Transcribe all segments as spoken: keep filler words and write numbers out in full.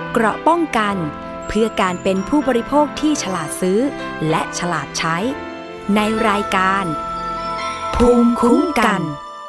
เกราะป้องกันเพื่อการเป็นผู้บริโภคที่ฉลาดซื้อและฉลาดใช้ในรายการภูมิคุ้มกัน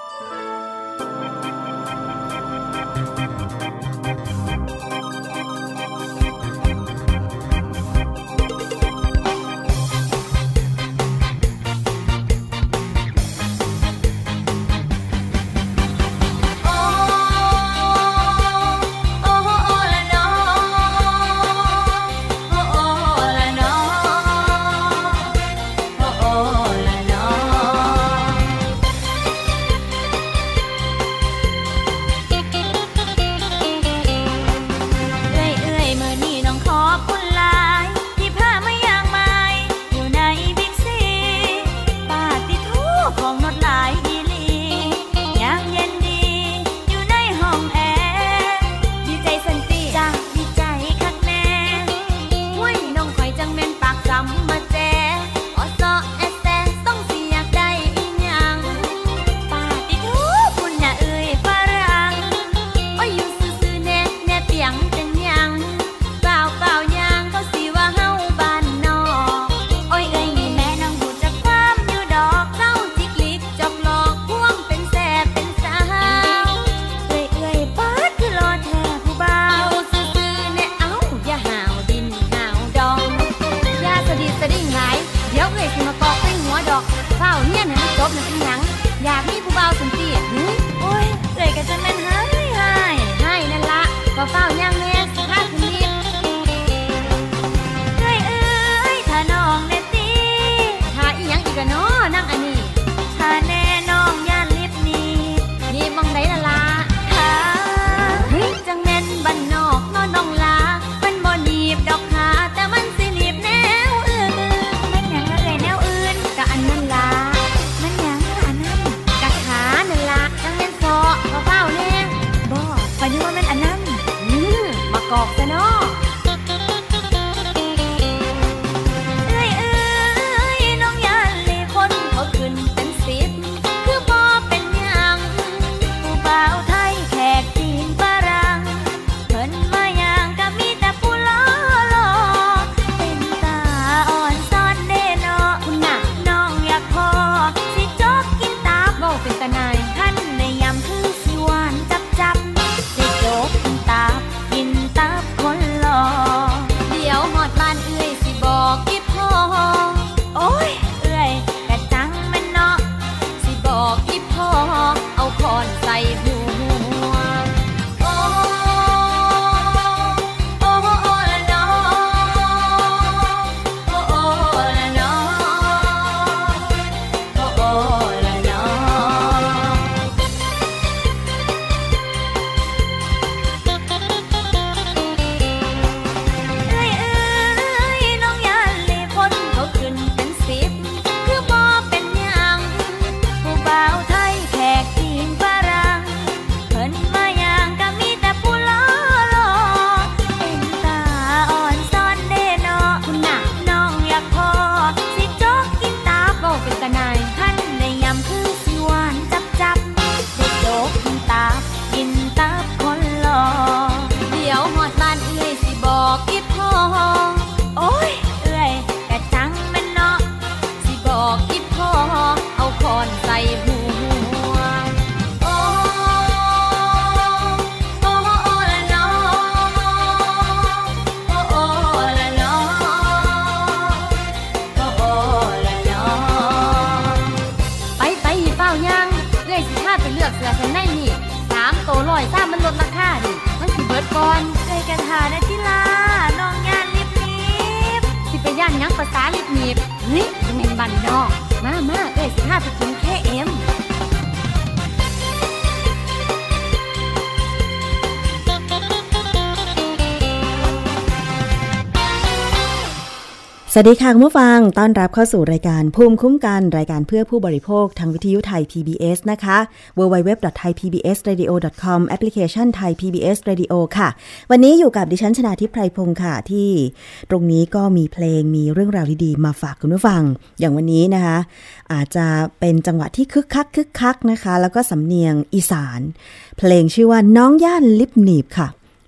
สวัสดีค่ะคุณผู้ฟังต้อนรับเข้าสู่รายการภูมิคุ้มกันรายการเพื่อผู้บริโภคทางวิทยุไทย พี บี เอส นะคะ ดับเบิลยู ดับเบิลยู ดับเบิลยู ดอท ไทย พี บี เอส เรดิโอ ดอท คอม แอปพลิเคชัน Thai พี บี เอส Radio ค่ะวันนี้อยู่กับดิฉันชนาธิปไพรพงศ์ค่ะที่ตรงนี้ก็มีเพลงมีเรื่องราวดีๆมาฝากคุณผู้ฟังอย่างวันนี้นะคะอาจจะเป็นจังหวะที่คึกคักคึกคักนะคะแล้วก็สำเนียงอีสานเพลงชื่อว่าน้องย่านลิปหนีบค่ะ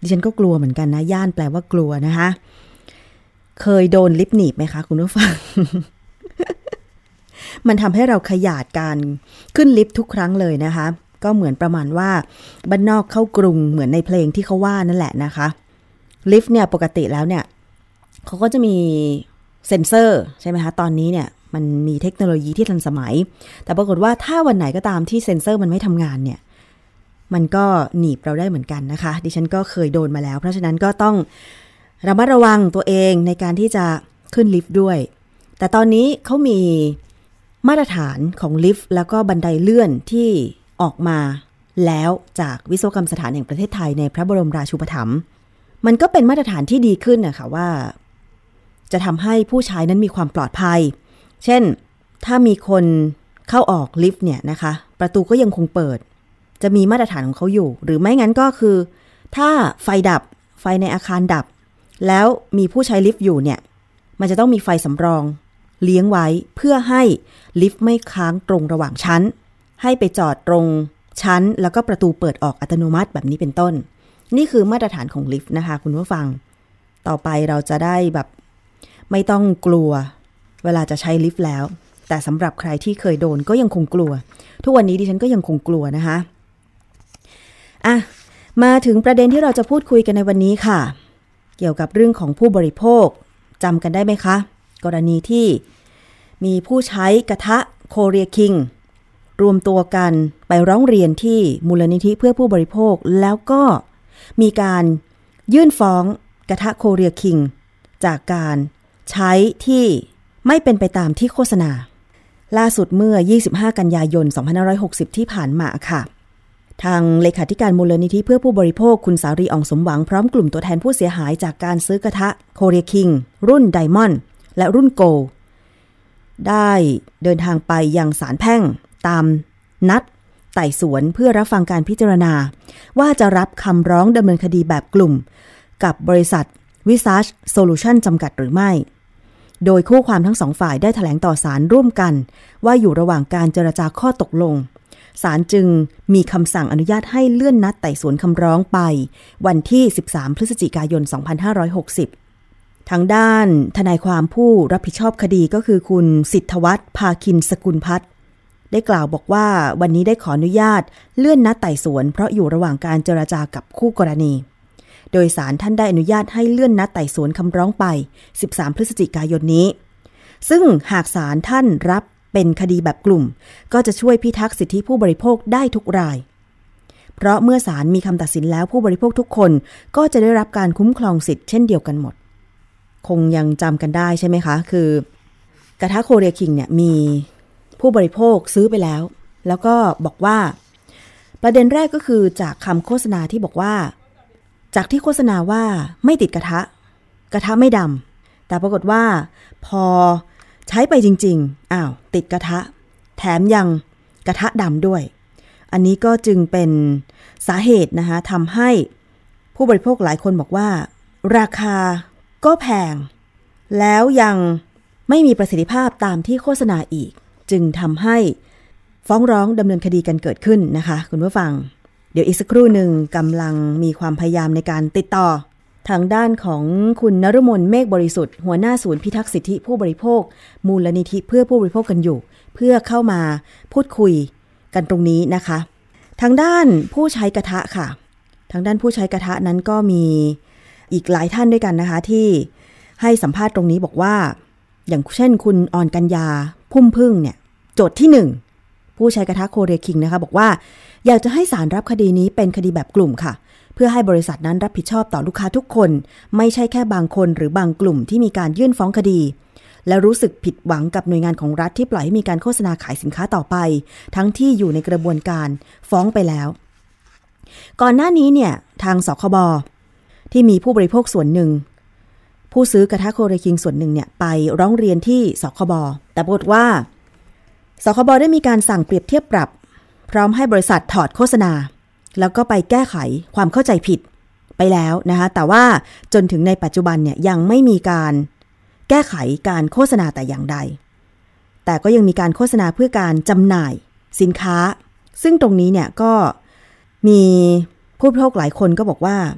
ดิฉันก็กลัวเหมือนกันนะย่านแปลว่ากลัวนะคะเคยโดนลิฟต์หนีบไหมคะคุณผู้ฟัง มันทำให้เราขยาดการขึ้นลิฟต์ทุกครั้งเลยนะคะก็เหมือนประมาณว่าบ้านนอกเข้ากรุงเหมือนในเพลงที่เขาว่านั่นแหละนะคะลิฟต์เนี่ยปกติแล้วเนี่ยเขาก็จะมีเซ็นเซอร์ใช่ไหมคะตอนนี้เนี่ยมันมีเทคโนโลยีที่ทันสมัยแต่ปรากฏว่าถ้าวันไหนก็ตามที่เซ็นเซอร์มันไม่ทำงานเนี่ยมันก็หนีบเราได้เหมือนกันนะคะดิฉันก็เคยโดนมาแล้วเพราะฉะนั้นก็ต้องระมัดระวังตัวเองในการที่จะขึ้นลิฟต์ด้วยแต่ตอนนี้เขามีมาตรฐานของลิฟต์แล้วก็บันไดเลื่อนที่ออกมาแล้วจากวิศวกรรมสถานแห่งประเทศไทยในพระบรมราชูปถัมภ์มันก็เป็นมาตรฐานที่ดีขึ้นนะคะว่าจะทำให้ผู้ใช้นั้นมีความปลอดภัยเช่นถ้ามีคนเข้าออกลิฟต์เนี่ยนะคะประตูก็ยังคงเปิดจะมีมาตรฐานของเขาอยู่หรือไม่งั้นก็คือถ้าไฟดับไฟในอาคารดับแล้วมีผู้ใช้ลิฟต์อยู่เนี่ยมันจะต้องมีไฟสำรองเลี้ยงไว้เพื่อให้ลิฟต์ไม่ค้างตรงระหว่างชั้นให้ไปจอดตรงชั้นแล้วก็ประตูเปิดออกอัตโนมัติแบบนี้เป็นต้นนี่คือมาตรฐานของลิฟต์นะคะคุณผู้ฟังต่อไปเราจะได้แบบไม่ต้องกลัวเวลาจะใช้ลิฟต์แล้วแต่สำหรับใครที่เคยโดนก็ยังคงกลัวทุกวันนี้ดิฉันก็ยังคงกลัวนะคะอ่ะมาถึงประเด็นที่เราจะพูดคุยกันในวันนี้ค่ะเกี่ยวกับเรื่องของผู้บริโภคจำกันได้ไหมคะกรณีที่มีผู้ใช้กระทะโคเรียคิงรวมตัวกันไปร้องเรียนที่มูลนิธิเพื่อผู้บริโภคแล้วก็มีการยื่นฟ้องกระทะโคเรียคิงจากการใช้ที่ไม่เป็นไปตามที่โฆษณาล่าสุดเมื่อยี่สิบห้ากันยายนสองพันห้าร้อยหกสิบที่ผ่านมาค่ะทางเลขาธิการมูลนิธิเพื่อผู้บริโภคคุณสารีอ่องสมหวังพร้อมกลุ่มตัวแทนผู้เสียหายจากการซื้อกระทะโคเรียคิงรุ่นไดมอนด์และรุ่นโกลได้เดินทางไปยังศาลแพ่งตามนัดไต่สวนเพื่อรับฟังการพิจารณาว่าจะรับคำร้องดำเนินคดีแบบกลุ่มกับบริษัท Visage Solution จำกัดหรือไม่โดยคู่ความทั้งสองฝ่ายได้แถลงต่อศาลร่วมกันว่าอยู่ระหว่างการเจรจาข้อตกลงศาลจึงมีคำสั่งอนุญาตให้เลื่อนนัดไต่สวนคำร้องไปวันที่สิบสามพฤศจิกายนสองพันห้าร้อยหกสิบทางด้านทนายความผู้รับผิดชอบคดีก็คือคุณสิทธวัฒน์ภาคินสกุลพัฒน์ได้กล่าวบอกว่าวันนี้ได้ขออนุญาตเลื่อนนัดไต่สวนเพราะอยู่ระหว่างการเจรจากับคู่กรณีโดยศาลท่านได้อนุญาตให้เลื่อนนัดไต่สวนคำร้องไปสิบสามพฤศจิกายนนี้ซึ่งหากศาลท่านรับเป็นคดีแบบกลุ่มก็จะช่วยพิทักษ์สิทธิผู้บริโภคได้ทุกรายเพราะเมื่อศาลมีคำตัดสินแล้วผู้บริโภคทุกคนก็จะได้รับการคุ้มครองสิทธิ์เช่นเดียวกันหมดคงยังจำกันได้ใช่ไหมคะคือกระทะโคเรียคิงเนี่ยมีผู้บริโภคซื้อไปแล้วแล้วก็บอกว่าประเด็นแรกก็คือจากคำโฆษณาที่บอกว่าจากที่โฆษณาว่าไม่ติดกระทะกระทะไม่ดำแต่ปรากฏว่าพอใช้ไปจริงๆอ้าวติดกระทะแถมยังกระทะดำด้วยอันนี้ก็จึงเป็นสาเหตุนะคะทำให้ผู้บริโภคหลายคนบอกว่าราคาก็แพงแล้วยังไม่มีประสิทธิภาพตามที่โฆษณาอีกจึงทำให้ฟ้องร้องดำเนินคดีกันเกิดขึ้นนะคะคุณผู้ฟังเดี๋ยวอีกสักครู่หนึ่งกำลังมีความพยายามในการติดต่อทางด้านของคุณนฤมลเมฆบริสุทธิ์หัวหน้าศูนย์พิทักษ์สิทธิผู้บริโภคมูลนิธิเพื่อผู้บริโภคกันอยู่เพื่อเข้ามาพูดคุยกันตรงนี้นะคะทางด้านผู้ใช้กระทะค่ะทางด้านผู้ใช้กระทะนั้นก็มีอีกหลายท่านด้วยกันนะคะที่ให้สัมภาษณ์ตรงนี้บอกว่าอย่างเช่นคุณออนกัญญาพุ่มพึ่งเนี่ยโจทย์ที่หนึ่งผู้ใช้กระทะโคเรียคิงนะคะบอกว่าอยากจะให้ศาลรับคดีนี้เป็นคดีแบบกลุ่มค่ะเพื่อให้บริษัทนั้นรับผิดชอบต่อลูกค้าทุกคนไม่ใช่แค่บางคนหรือบางกลุ่มที่มีการยื่นฟ้องคดีและรู้สึกผิดหวังกับหน่วยงานของรัฐที่ปล่อยให้มีการโฆษณาขายสินค้าต่อไปทั้งที่อยู่ในกระบวนการฟ้องไปแล้วก่อนหน้านี้เนี่ยทางสคบที่มีผู้บริโภคส่วนหนึ่งผู้ซื้อกระทะโคเรียคิงส่วนหนึ่งเนี่ยไปร้องเรียนที่สคบแต่ปรากฏว่าสคบได้มีการสั่งเปรียบเทียบปรับพร้อมให้บริษัทถอดโฆษณาแล้วก็ไปแก้ไขความเข้าใจผิดไปแล้วนะคะแต่ว่าจนถึงในปัจจุบันเนี่ยยังไม่มีการแก้ไขการโฆษณาแต่อย่างใดแต่ก็ยังมีการโฆษณาเพื่อการจำหน่ายสินค้าซึ่งตรงนี้เนี่ยก็มีผู้บริโภคหลายคนก็บอกว่า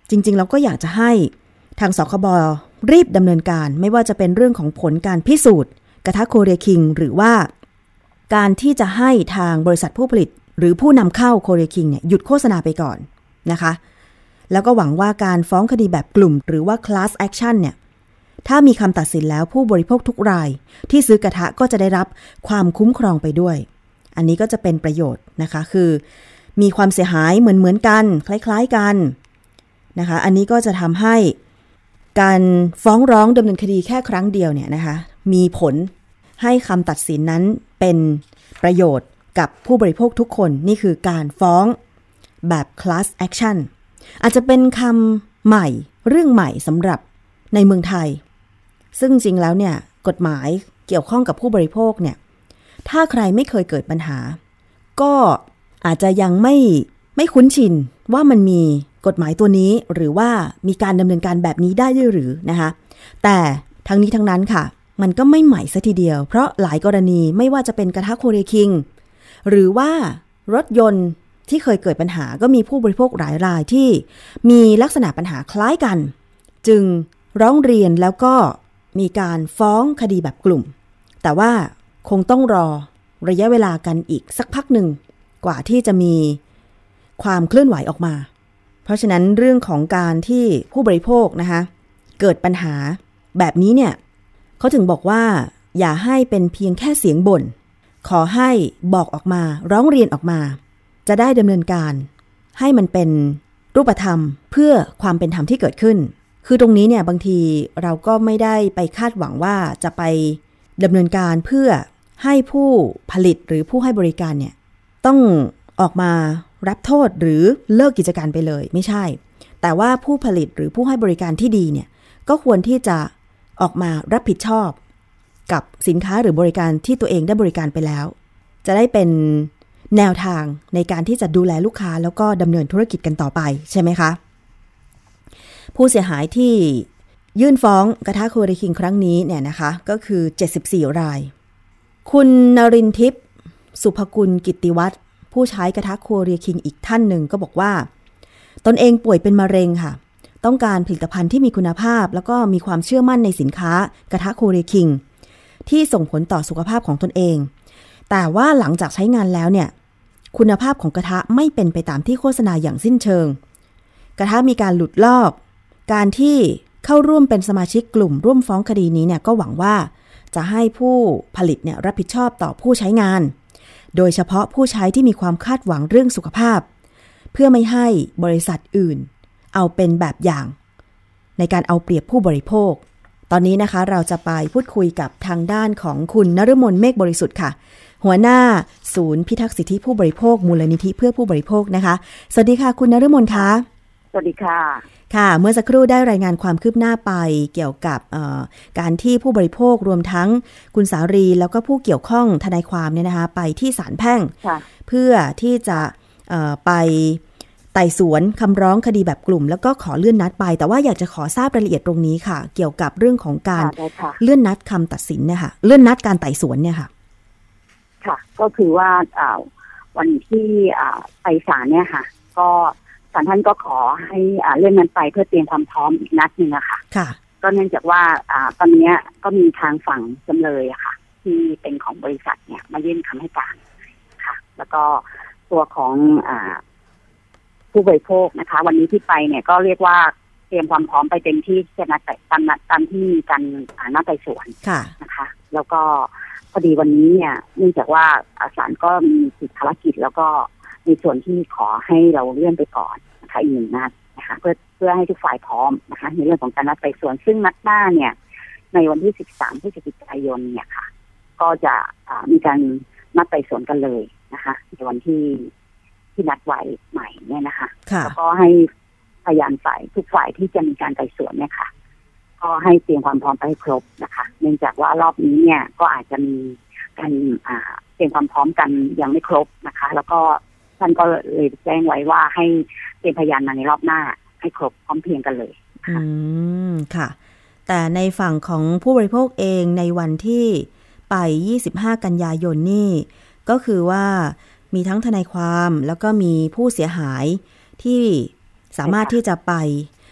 จริงๆเราก็อยากจะให้ทางสคบรีบดำเนินการไม่ว่าจะเป็นเรื่องของผลการพิสูจน์กระทะโคเรียคิงหรือว่าการที่จะให้ทางบริษัทผู้ผลิตหรือผู้นำเข้าโคเรียคิงเนี่ยหยุดโฆษณาไปก่อนนะคะแล้วก็หวังว่าการฟ้องคดีแบบกลุ่มหรือว่า class action เนี่ยถ้ามีคำตัดสินแล้วผู้บริโภคทุกรายที่ซื้อกระทะก็จะได้รับความคุ้มครองไปด้วยอันนี้ก็จะเป็นประโยชน์นะคะคือมีความเสียหายเหมือนๆกันคล้ายๆกันนะคะอันนี้ก็จะทำให้การฟ้องร้องดำเนินคดีแค่ครั้งเดียวเนี่ยนะคะมีผลให้คำตัดสินนั้นเป็นประโยชน์กับผู้บริโภคทุกคนนี่คือการฟ้องแบบ class action อาจจะเป็นคำใหม่เรื่องใหม่สำหรับในเมืองไทยซึ่งจริงแล้วเนี่ยกฎหมายเกี่ยวข้องกับผู้บริโภคเนี่ยถ้าใครไม่เคยเกิดปัญหาก็อาจจะยังไม่ไม่คุ้นชินว่ามันมีกฎหมายตัวนี้หรือว่ามีการดำเนินการแบบนี้ได้ด้วยหรือนะคะแต่ทั้งนี้ทั้งนั้นค่ะมันก็ไม่ใหม่ซะทีเดียวเพราะหลายกรณีไม่ว่าจะเป็นกระทะโคเรียคิงหรือว่ารถยนต์ที่เคยเกิดปัญหาก็มีผู้บริโภคหลายรายที่มีลักษณะปัญหาคล้ายกันจึงร้องเรียนแล้วก็มีการฟ้องคดีแบบกลุ่มแต่ว่าคงต้องรอระยะเวลากันอีกสักพักหนึ่งกว่าที่จะมีความเคลื่อนไหวออกมาเพราะฉะนั้นเรื่องของการที่ผู้บริโภคนะคะเกิดปัญหาแบบนี้เนี่ยเขาถึงบอกว่าอย่าให้เป็นเพียงแค่เสียงบ่นขอให้บอกออกมาร้องเรียนออกมาจะได้ดำเนินการให้มันเป็นรูปธรรมเพื่อความเป็นธรรมที่เกิดขึ้นคือตรงนี้เนี่ยบางทีเราก็ไม่ได้ไปคาดหวังว่าจะไปดำเนินการเพื่อให้ผู้ผลิตหรือผู้ให้บริการเนี่ยต้องออกมารับโทษหรือเลิกกิจการไปเลยไม่ใช่แต่ว่าผู้ผลิตหรือผู้ให้บริการที่ดีเนี่ยก็ควรที่จะออกมารับผิดชอบกับสินค้าหรือบริการที่ตัวเองได้บริการไปแล้วจะได้เป็นแนวทางในการที่จะดูแลลูกค้าแล้วก็ดำเนินธุรกิจกันต่อไปใช่ไหมคะผู้เสียหายที่ยื่นฟ้องกระทะโคเรียคิงครั้งนี้เนี่ยนะคะก็คือเจ็ดสิบสี่รายคุณนรินทร์ทิพย์สุภกุลกิตติวัฒน์ผู้ใช้กระทะโคเรียคิงอีกท่านหนึ่งก็บอกว่าตนเองป่วยเป็นมะเร็งค่ะต้องการผลิตภัณฑ์ที่มีคุณภาพแล้วก็มีความเชื่อมั่นในสินค้ากระทะโคเรียคิงที่ส่งผลต่อสุขภาพของตนเองแต่ว่าหลังจากใช้งานแล้วเนี่ยคุณภาพของกระทะไม่เป็นไปตามที่โฆษณาอย่างสิ้นเชิงกระทะมีการหลุดลอกการที่เข้าร่วมเป็นสมาชิกกลุ่มร่วมฟ้องคดีนี้เนี่ยก็หวังว่าจะให้ผู้ผลิตเนี่ยรับผิดชอบต่อผู้ใช้งานโดยเฉพาะผู้ใช้ที่มีความคาดหวังเรื่องสุขภาพเพื่อไม่ให้บริษัทอื่นเอาเป็นแบบอย่างในการเอาเปรียบผู้บริโภคตอนนี้นะคะเราจะไปพูดคุยกับทางด้านของคุณนฤมลเมฆบริสุทธิ์ค่ะหัวหน้าศูนย์พิทักษ์สิทธิผู้บริโภคมูลนิธิเพื่อผู้บริโภคนะคะสวัสดีค่ะคุณนฤมลคะสวัสดีค่ะค่ะเมื่อสักครู่ได้รายงานความคืบหน้าไปเกี่ยวกับการที่ผู้บริโภครวมทั้งคุณสารีแล้วก็ผู้เกี่ยวข้องทนายความเนี่ยนะคะไปที่ศาลแพ่งเพื่อที่จะไปไต่สวนคำร้องคดีแบบกลุ่มแล้วก็ขอเลื่อนนัดไปแต่ว่าอยากจะขอทราบรายละเอียดตรงนี้ค่ะเกี่ยวกับเรื่องของการเลื่อนนัดคำตัดสินเนี่ยค่ะเลื่อนนัดการไต่สวนเนี่ยค่ะค่ะก็คือว่าวันที่ไปศาลเนี่ยค่ะก็ศาลท่านก็ขอให้เลื่อนนัดไปเพื่อเตรียมความพร้อมอีกนัดนึงอะค่ะค่ะก็เนื่องจากว่าตอนนี้ก็มีทางฝั่งจำเลยอะค่ะที่เป็นของบริษัทเนี่ยมายื่นคำให้การค่ะแล้วก็ตัวของผู้บริโภคนะคะวันนี้ที่ไปเนี่ยก็เรียกว่าเตรียมความพร้อมไปเต็มที่จะนัดตามนัดตามที่มีการนัดไต่สวนนะคะแล้วก็พอดีวันนี้เนี่ยเนื่องจากว่าศาลก็มีติดภารกิจแล้วก็ในส่วนที่ขอให้เราเลื่อนไปก่อนนะคะอีกหนึ่งนัดนะคะเพื่อเพื่อให้ทุกฝ่ายพร้อมนะคะในเรื่องของการนัดไต่สวนซึ่งนัดหน้าเนี่ยในวันที่สิบสามพฤศจิกายนเนี่ยค่ะก็จะมีการนัดไต่สวนกันเลยนะคะในวันที่ที่นัดไว้ใหม่เนี่ยนะคะแล้วก็ให้พยานฝ่ายทุกฝ่ายที่จะมีการไต่สวนเนี่ยค่ะก็ให้เตรียมความพร้อมไปให้ครบนะคะเนื่องจากว่ารอบนี้เนี่ยก็อาจจะมีการเตรียมความพร้อมกันยังไม่ครบนะคะแล้วก็ท่านก็เลยแจ้งไว้ว่าให้เตรียมพยานมาในรอบหน้าให้ครบพร้อมเพรียงกันเลยอืมค่ะแต่ในฝั่งของผู้บริโภคเองในวันที่ไปยี่สิบห้ากันยายนนี่ก็คือว่ามีทั้งทนายความแล้วก็มีผู้เสียหายที่สามารถที่จะไป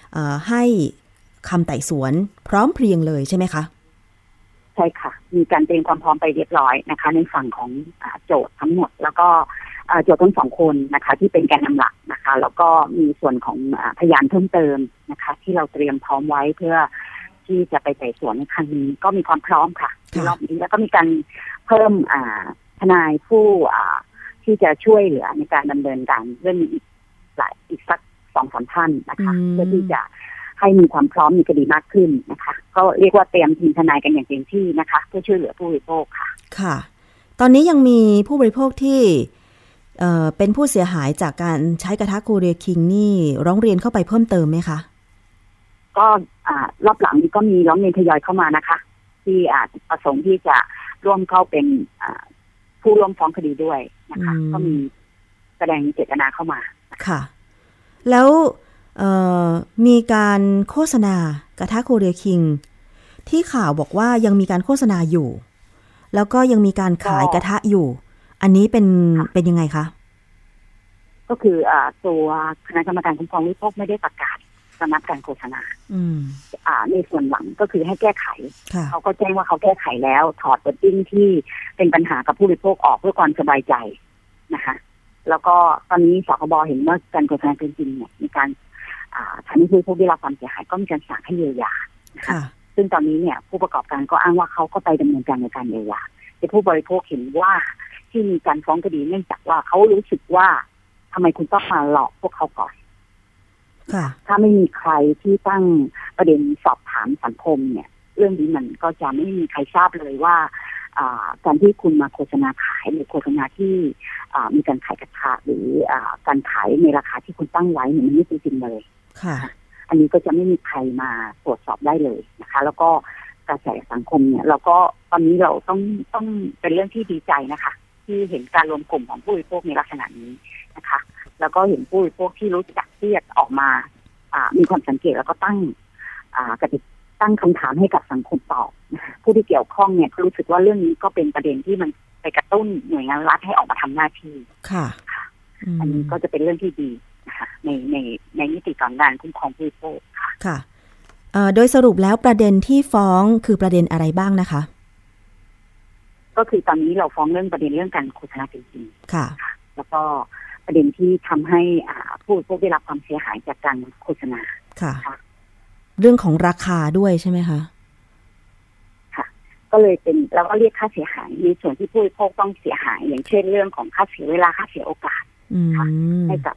ให้คำไต่สวนพร้อมเพรียงเลยใช่ไหมคะใช่ค่ะมีการเตรียมความพร้อมไปเรียบร้อยนะคะในฝั่งของโจทย์ทั้งหมดแล้วก็โจทย์ทั้งสองคนนะคะที่เป็นแกนนำหลักนะคะแล้วก็มีส่วนของพยานเพิ่มเติมนะคะที่เราเตรียมพร้อมไว้เพื่อที่จะไปไต่สวนในครั้งนี้ก็มีความพร้อมค่ะในรอบนี้แล้วก็มีการเพิ่มทนายผู้ที่จะช่วยเหลือในการดำเนินการเรื่องนี้อีกหลายอีกสักสองสามท่านนะคะเพื่อที่จะให้มีความพร้อมในคดีมากขึ้นนะคะก็เรียกว่าเตรียมทีมทนายกันอย่างเต็มที่นะคะเพื่อช่วยเหลือผู้บริโภคค่ะค่ะตอนนี้ยังมีผู้บริโภคที่เอ่อเป็นผู้เสียหายจากการใช้กระทะโคเรียคิงนี่ร้องเรียนเข้าไปเพิ่มเติมไหมคะก็อ่ารอบหลังนี้ก็มีร้องเรียนทยอยเข้ามานะคะที่อาจประสงค์ที่จะร่วมเข้าเป็นอ่าผู้ร่วมฟ้องคดีด้วยนะคะก็มีแสดงเจตนาเข้ามาค่ะแล้วมีการโฆษณากระทะโคเรียคิงที่ข่าวบอกว่ายังมีการโฆษณาอยู่แล้วก็ยังมีการขายกระทะอยู่อันนี้เป็นเป็นยังไงคะก็คืออ่าตัวคณะกรรมการคุ้มครองผู้บริโภคไม่ได้ประกาศระงับการโฆษณาอ่าในส่วนหลังก็คือให้แก้ไขเขาก็แจ้งว่าเขาแก้ไขแล้วถอดวอร์ดดิ้งที่เป็นปัญหากับผู้บริโภคออกเพื่อความสบายใจนะคะแล้วก็ตอนนี้สคบเห็นว่าการโฆษณาจริงๆเนี่ยมีการทำให้ผู้บริโภคได้รับความเสียหายก็มีการสั่งให้เยียวยานะคะซึ่งตอนนี้เนี่ยผู้ประกอบการก็อ้างว่าเขาก็ไปดำเนินการในการเยียวยาแต่ผู้บริโภคเห็นว่าที่มีการฟ้องคดีเนื่องจากว่าเขารู้สึกว่าทำไมคุณต้องมาหลอกพวกเขาก่อนถ้าไม่มีใครที่ตั้งประเด็นสอบถามสังคมเนี่ยเรื่องนี้มันก็จะไม่มีใครทราบเลยว่าการที่คุณมาโฆษณาขายหรือโฆษณาที่มีการขายกระทะหรือการขายในราคาที่คุณตั้งไว้เนี่ยมันไม่จริงเลยอันนี้ก็จะไม่มีใครมาตรวจสอบได้เลยนะคะแล้วก็กระแสสังคมเนี่ยเราก็ตอนนี้เราต้องต้องเป็นเรื่องที่ดีใจนะคะที่เห็นการรวมกลุ่มของผู้บริโภคในลักษณะนี้นะคะแล้วก็เห็นผู้บริโภคที่รู้จักที่จะออกมามีความสังเกตแล้วก็ตั้งกติตั้งคำถามให้กับสังคมตอบผู้ที่เกี่ยวข้องเนี่ยรู้สึกว่าเรื่องนี้ก็เป็นประเด็นที่มันไปกระตุ้นหน่วยงานรัฐให้ออกมาทำหน้าที่ค่ะอันนี้ก็จะเป็นเรื่องที่ดีนะคะในในในมิติของการคุ้มครองผู้บริโภคค่ะค่ะโดยสรุปแล้วประเด็นที่ฟ้องคือประเด็นอะไรบ้างนะคะก็คือตอนนี้เราฟ้องเรื่องประเด็นเรื่องการโฆษณาจริงๆค่ะแล้วก็ประเด็นที่ทำให้ผู้บริโภคได้รับความเสียหายจากการโฆษณาค่ะเรื่องของราคาด้วยใช่ไหมคะค่ะก็เลยเป็นแล้วก็เรียกค่าเสียหายในส่วนที่ผู้บริโภคต้องเสียหายอย่างเช่นเรื่องของค่าเสียเวลาค่าเสียโอกาสค่ะให้กับ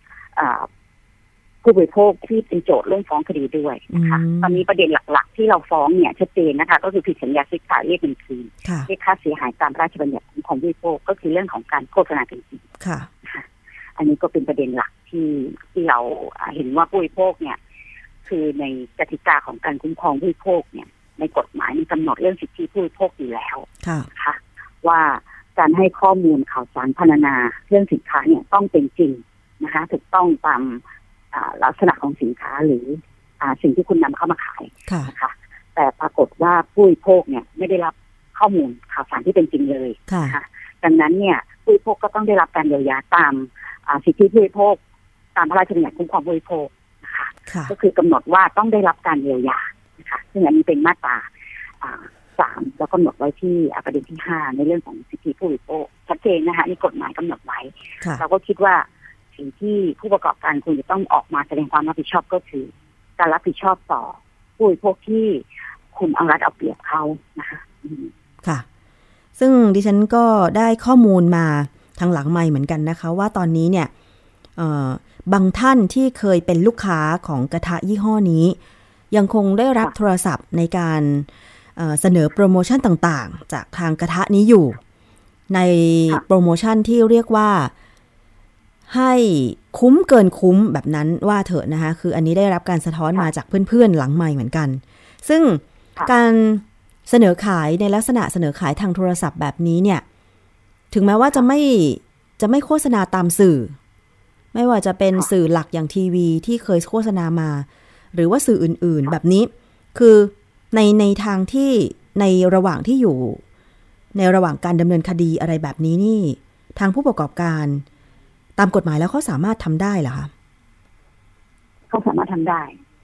ผู้บริโภคที่เป็นโจทย์เรื่องฟ้องคดีด้วยนะคะตอนนี้ประเด็นหลักๆที่เราฟ้องเนี่ยชัดเจนนะคะก็คือผิดสัญญาซื้อขายเรียกเงินคืนเรียกค่าเสียหายตามพระราชบัญญัติของผู้บริโภคก็คือเรื่องของการโฆษณาจริงๆค่ะอันนี้ก็เป็นประเด็นหลักที่ที่เราเห็นว่าผู้บริโภคเนี่ยคือในกติกาของการคุ้มครองผู้บริโภคเนี่ยในกฎหมายมีกำหนดเรื่องสิทธิผู้บริโภคอยู่แล้วค่ะว่าการให้ข้อมูลข่าวสารพรรณนาเรื่องสินค้าเนี่ยต้องเป็นจริงนะคะถูกต้องตามลักษณะของสินค้าหรือสิ่งที่คุณนำเข้ามาขายนะคะแต่ปรากฏว่าผู้บริโภคเนี่ยไม่ได้รับข้อมูลข่าวสารที่เป็นจริงเลยนะคะดังนั้นเนี่ยผู้บริโภคก็ต้องได้รับการเยียวยาตามสิทธิผู้บริโภคตามพระราชบัญญัติคุ้มครองผู้บริโภคนะคะก็คือกำหนดว่าต้องได้รับการเยียวยานะคะซึ่งอันนี้เป็นมาตราสามแล้วกำหนดไว้ที่ประเด็นที่ห้าในเรื่องของสิทธิผู้บริโภคชัดเจนนะคะนี่กฎหมายกำหนดไว้เราก็คิดว่าสิ่งที่ผู้ประกอบการควรจะต้องออกมาแสดงความรับผิดชอบก็คือการรับผิดชอบต่อผู้บริโภคที่คุณเอารัดเอาเปรียบเขานะคะค่ะซึ่งดิฉันก็ได้ข้อมูลมาทางหลังไมค์เหมือนกันนะคะว่าตอนนี้เนี่ยบางท่านที่เคยเป็นลูกค้าของกระทะยี่ห้อนี้ยังคงได้รับโทรศัพท์ในการเสนอโปรโมชั่นต่างๆจากทางกระทะนี้อยู่ในโปรโมชั่นที่เรียกว่าให้คุ้มเกินคุ้มแบบนั้นว่าเถอะนะคะคืออันนี้ได้รับการสะท้อนมาจากเพื่อนๆหลังไมค์เหมือนกันซึ่งการเสนอขายในลักษณะเสนอขายทางโทรศัพท์แบบนี้เนี่ยถึงแม้ว่าจะไม่จะไม่โฆษณาตามสื่อไม่ว่าจะเป็นสื่อหลักอย่างทีวีที่เคยโฆษณามาหรือว่าสื่ออื่นๆแบบนี้คือในในทางที่ในระหว่างที่อยู่ในระหว่างการดำเนินคดีอะไรแบบนี้นี่ทางผู้ประกอบการตามกฎหมายแล้วเขาสามารถทำได้เหรอคะเขาสามารถทำได้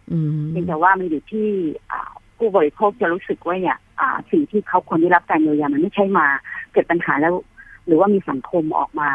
เพียงแต่ว่ามันอยู่ที่ผู้บริโภคจะรู้สึกว่าเนี่ยสิ่งที่เขาควรได้รับการเยียวยามันไม่ใช่มาเกิดปัญหาแล้วหรือว่ามีสังคมออกมา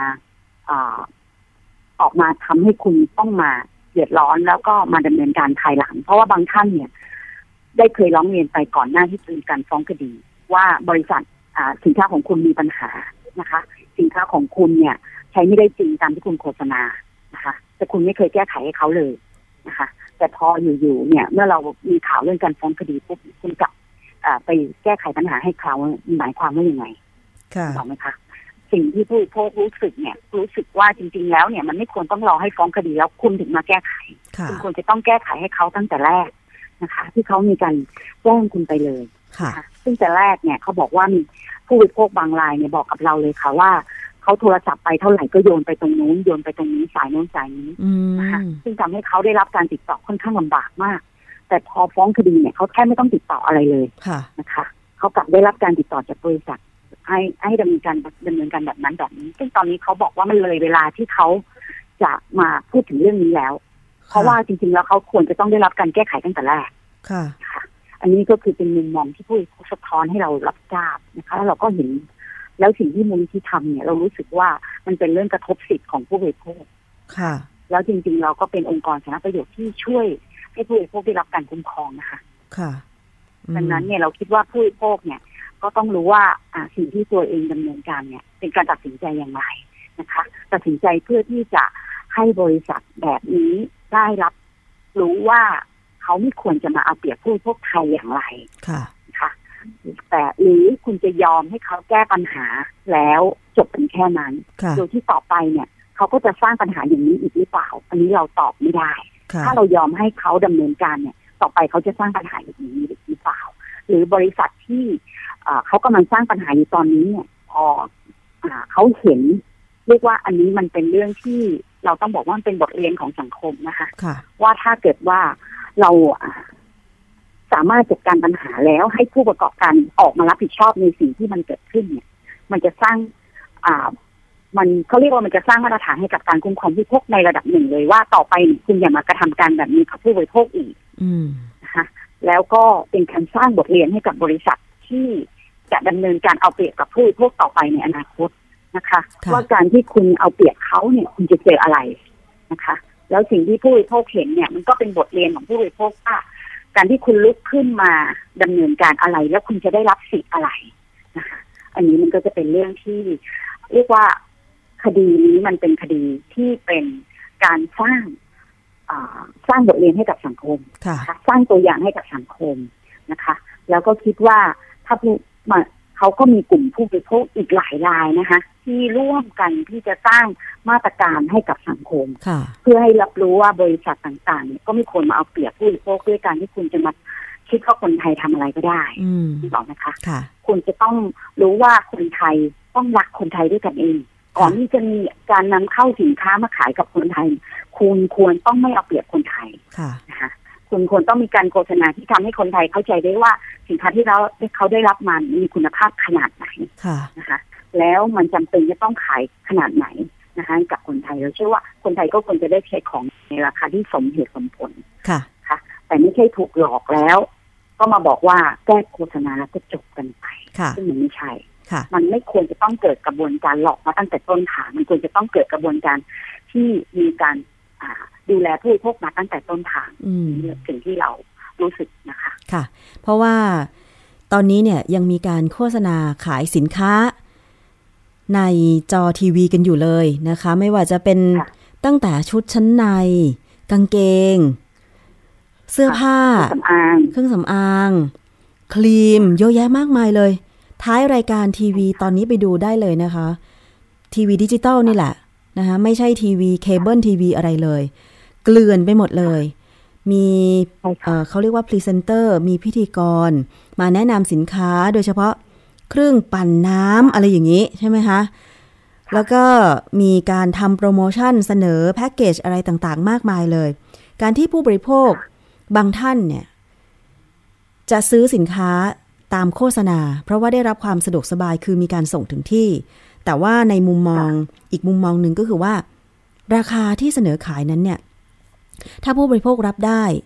ออกมาทำให้คุณต้องมาเดือดร้อนแล้วก็มาดำเนินการภายหลังเพราะว่าบางท่านเนี่ยได้เคยร้องเรียนไปก่อนหน้าที่จะมีการฟ้องคดีว่าบริษัทสินค้าของคุณมีปัญหานะคะสินค้าของคุณเนี่ยใช้ไม่ได้จริงตามที่คุณโฆษณานะคะแต่คุณไม่เคยแก้ไขให้เขาเลยนะคะแต่พออยู่ๆเนี่ยเมื่อเรามีข่าวเรื่องการฟ้องคดีปุ๊บคุณกลับไปแก้ไขปัญหาให้เขาหมายความว่ายังไงถูกไหมคะสิ่งที่ผู้บริโภครู้สึกเนี่ยรู้สึกว่าจริงๆแล้วเนี่ยมันไม่ควรต้องรอให้ฟ้องคดีแล้วคุณถึงมาแก้ไขคุณควรจะต้องแก้ไขให้เขาตั้งแต่แรกนะคะที่เขามีการแจ้งคุณไปเลยค่ะซึ่งแต่แรกเนี่ยเขาบอกว่ามีผู้บริโภคบางรายเนี่ยบอกกับเราเลยค่ะว่าเขาโทรศัพท์ไปเท่าไหร่ก็โยนไปตรงนู้นโยนไปตรงนี้สายโน้นสายนี้นะคะซึ่งทำให้เขาได้รับการติดต่อค่อนข้างลำบากมากแต่พอฟ้องคดีเนี่ยเขาแค่ไม่ต้องติดต่ออะไรเลยนะคะเขากลับได้รับการติดต่อจากบริษัทให้ให้ดำเนินการดำเนินการแบบนั้นแบบนี้ซึ่งตอนนี้เขาบอกว่ามันเลยเวลาที่เขาจะมาพูดถึงเรื่องนี้แล้วเพราะว่าจริงๆแล้วเขาควรจะต้องได้รับการแก้ไขตั้งแต่แรกค่ะอันนี้ก็คือเป็นมุมมองที่ผู้สะท้อนให้เรารับทราบนะคะแล้วเราก็เห็นแล้วสิ่งที่มูลนิธิทำเนี่ยเรารู้สึกว่ามันเป็นเรื่องกระทบสิทธิ์ของผู้บริโภคค่ะแล้วจริงๆเราก็เป็นองค์กรสาธารณประโยชน์ที่ช่วยให้ผู้บริโภคได้รับการคุ้มครองนะคะค่ะดังนั้นเนี่ยเราคิดว่าผู้บริโภคเนี่ยก็ต้องรู้ว่าอ่าสิ่งที่ตัวเองดำเนินการเนี่ยเป็นการตัดสินใจอย่างไรนะคะตัดสินใจเพื่อที่จะให้บริษัทแบบนี้ได้รับรู้ว่าเขาไม่ควรจะมาเอาเปรียบผู้บริโภคไทยอย่างไรค่ะค่ะแต่หรือคุณจะยอมให้เขาแก้ปัญหาแล้วจบเป็นแค่นั้นโดยที่ต่อไปเนี่ยเขาก็จะสร้างปัญหาอย่างนี้อีกหรือเปล่าอันนี้เราตอบไม่ได้ถ้าเรายอมให้เขาดำเนินการเนี่ยต่อไปเขาจะสร้างปัญหาอย่างนี้หรือเปล่าหรือบริษัทที่เขากำลังสร้างปัญหาอยู่ตอนนี้เนี่ยพอเขาเห็นเรียกว่าอันนี้มันเป็นเรื่องที่เราต้องบอกว่ามันเป็นบทเรียนของสังคมนะคะว่าถ้าเกิดว่าเราสามารถจัดการปัญหาแล้วให้ผู้ประกอบการออกมารับผิดชอบในสิ่งที่มันเกิดขึ้นเนี่ยมันจะสร้างอ่ามันเขาเรียกว่ามันจะสร้างมาตรฐานให้กับการคุ้มครองผู้บริโภคในระดับหนึ่งเลยว่าต่อไปคุณอย่ามากระทำการแบบนี้กับผู้บริโภคอีกนะคะแล้วก็เป็นการสร้างบทเรียนให้กับบริษัทที่จะดำเนินการเอาเปรียบกับผู้บริโภคต่อไปในอนาคตนะคะว่าการที่คุณเอาเปรียบเขาเนี่ยคุณจะเจออะไรนะคะแล้วสิ่งที่ผู้บริโภคเห็นเนี่ยมันก็เป็นบทเรียนของผู้บริโภคว่าการที่คุณลุกขึ้นมาดำเนินการอะไรแล้วคุณจะได้รับสิทธิ์อะไรนะคะอันนี้มันก็จะเป็นเรื่องที่เรียกว่าคดีนี้มันเป็นคดีที่เป็นการสร้างสร้างบทเรียนให้กับสังคมนะคะสร้างตัวอย่างให้กับสังคมนะคะแล้วก็คิดว่าถ้าผู้มาเขาก็มีกลุ่มผู้บริโภคอีกหลายรายนะคะที่ร่วมกันที่จะสร้างมาตรการให้กับสังคมเพื่อให้รับรู้ว่าบริษัทต่างๆเนี่ยก็ไม่ควรมาเอาเปรียบผู้บริโภคด้วยการที่คุณจะมาคิดว่าคนไทยทำอะไรก็ได้บอกนะคะคุณจะต้องรู้ว่าคนไทยต้องรักคนไทยด้วยกันเองก่อนที่จะมีการนำเข้าสินค้ามาขายกับคนไทยคุณควรต้องไม่เอาเปรียบคนไทยนะคะคุณควรต้องมีการโฆษณาที่ทำให้คนไทยเข้าใจได้ว่าสินค้าที่เราเขาได้รับมามีคุณภาพขนาดไหนนะคะแล้วมันจำเป็นจะต้องขายขนาดไหนนะคะกับคนไทยเราเชื่อว่าคนไทยก็ควรจะได้ใช้ของในราคาที่สมเหตุสมผลค่ะค่ะแต่ไม่ใช่ถูกหลอกแล้วก็มาบอกว่าแก้โฆษณาแล้วก็จบกันไปซึ่งมันไม่ใช่มันไม่ควรจะต้องเกิดกระบวนการหลอกมาตั้งแต่ต้นทางมันควรจะต้องเกิดกระบวนการที่มีการดูแลผู้บริโภคมาตั้งแต่ต้นทางสิ่งที่เรารู้สึกนะคะค่ะเพราะว่าตอนนี้เนี่ยยังมีการโฆษณาขายสินค้าในจอทีวีกันอยู่เลยนะคะไม่ว่าจะเป็นตั้งแต่ชุดชั้นในกางเกงเสื้อผ้าเครื่องสำอางครีมเยอะแยะมากมายเลยท้ายรายการทีวีตอนนี้ไปดูได้เลยนะคะทีวีดิจิตอลนี่แหละนะคะไม่ใช่ทีวีเคเบิลทีวีอะไรเลยเกลื่อนไปหมดเลยมีเอ่อเขาเรียกว่าพรีเซนเตอร์มีพิธีกรมาแนะนำสินค้าโดยเฉพาะเครื่องปั่นน้ำอะไรอย่างนี้ใช่ไหมคะแล้วก็มีการทำโปรโมชั่นเสนอแพ็กเกจอะไรต่างๆมากมายเลยการที่ผู้บริโภคบางท่านเนี่ยจะซื้อสินค้าตามโฆษณาเพราะว่าได้รับความสะดวกสบายคือมีการส่งถึงที่แต่ว่าในมุมมองอีกมุมมองหนึ่งก็คือว่าราคาที่เสนอขายนั้นเนี่ยถ้าผู้บริโภครับได้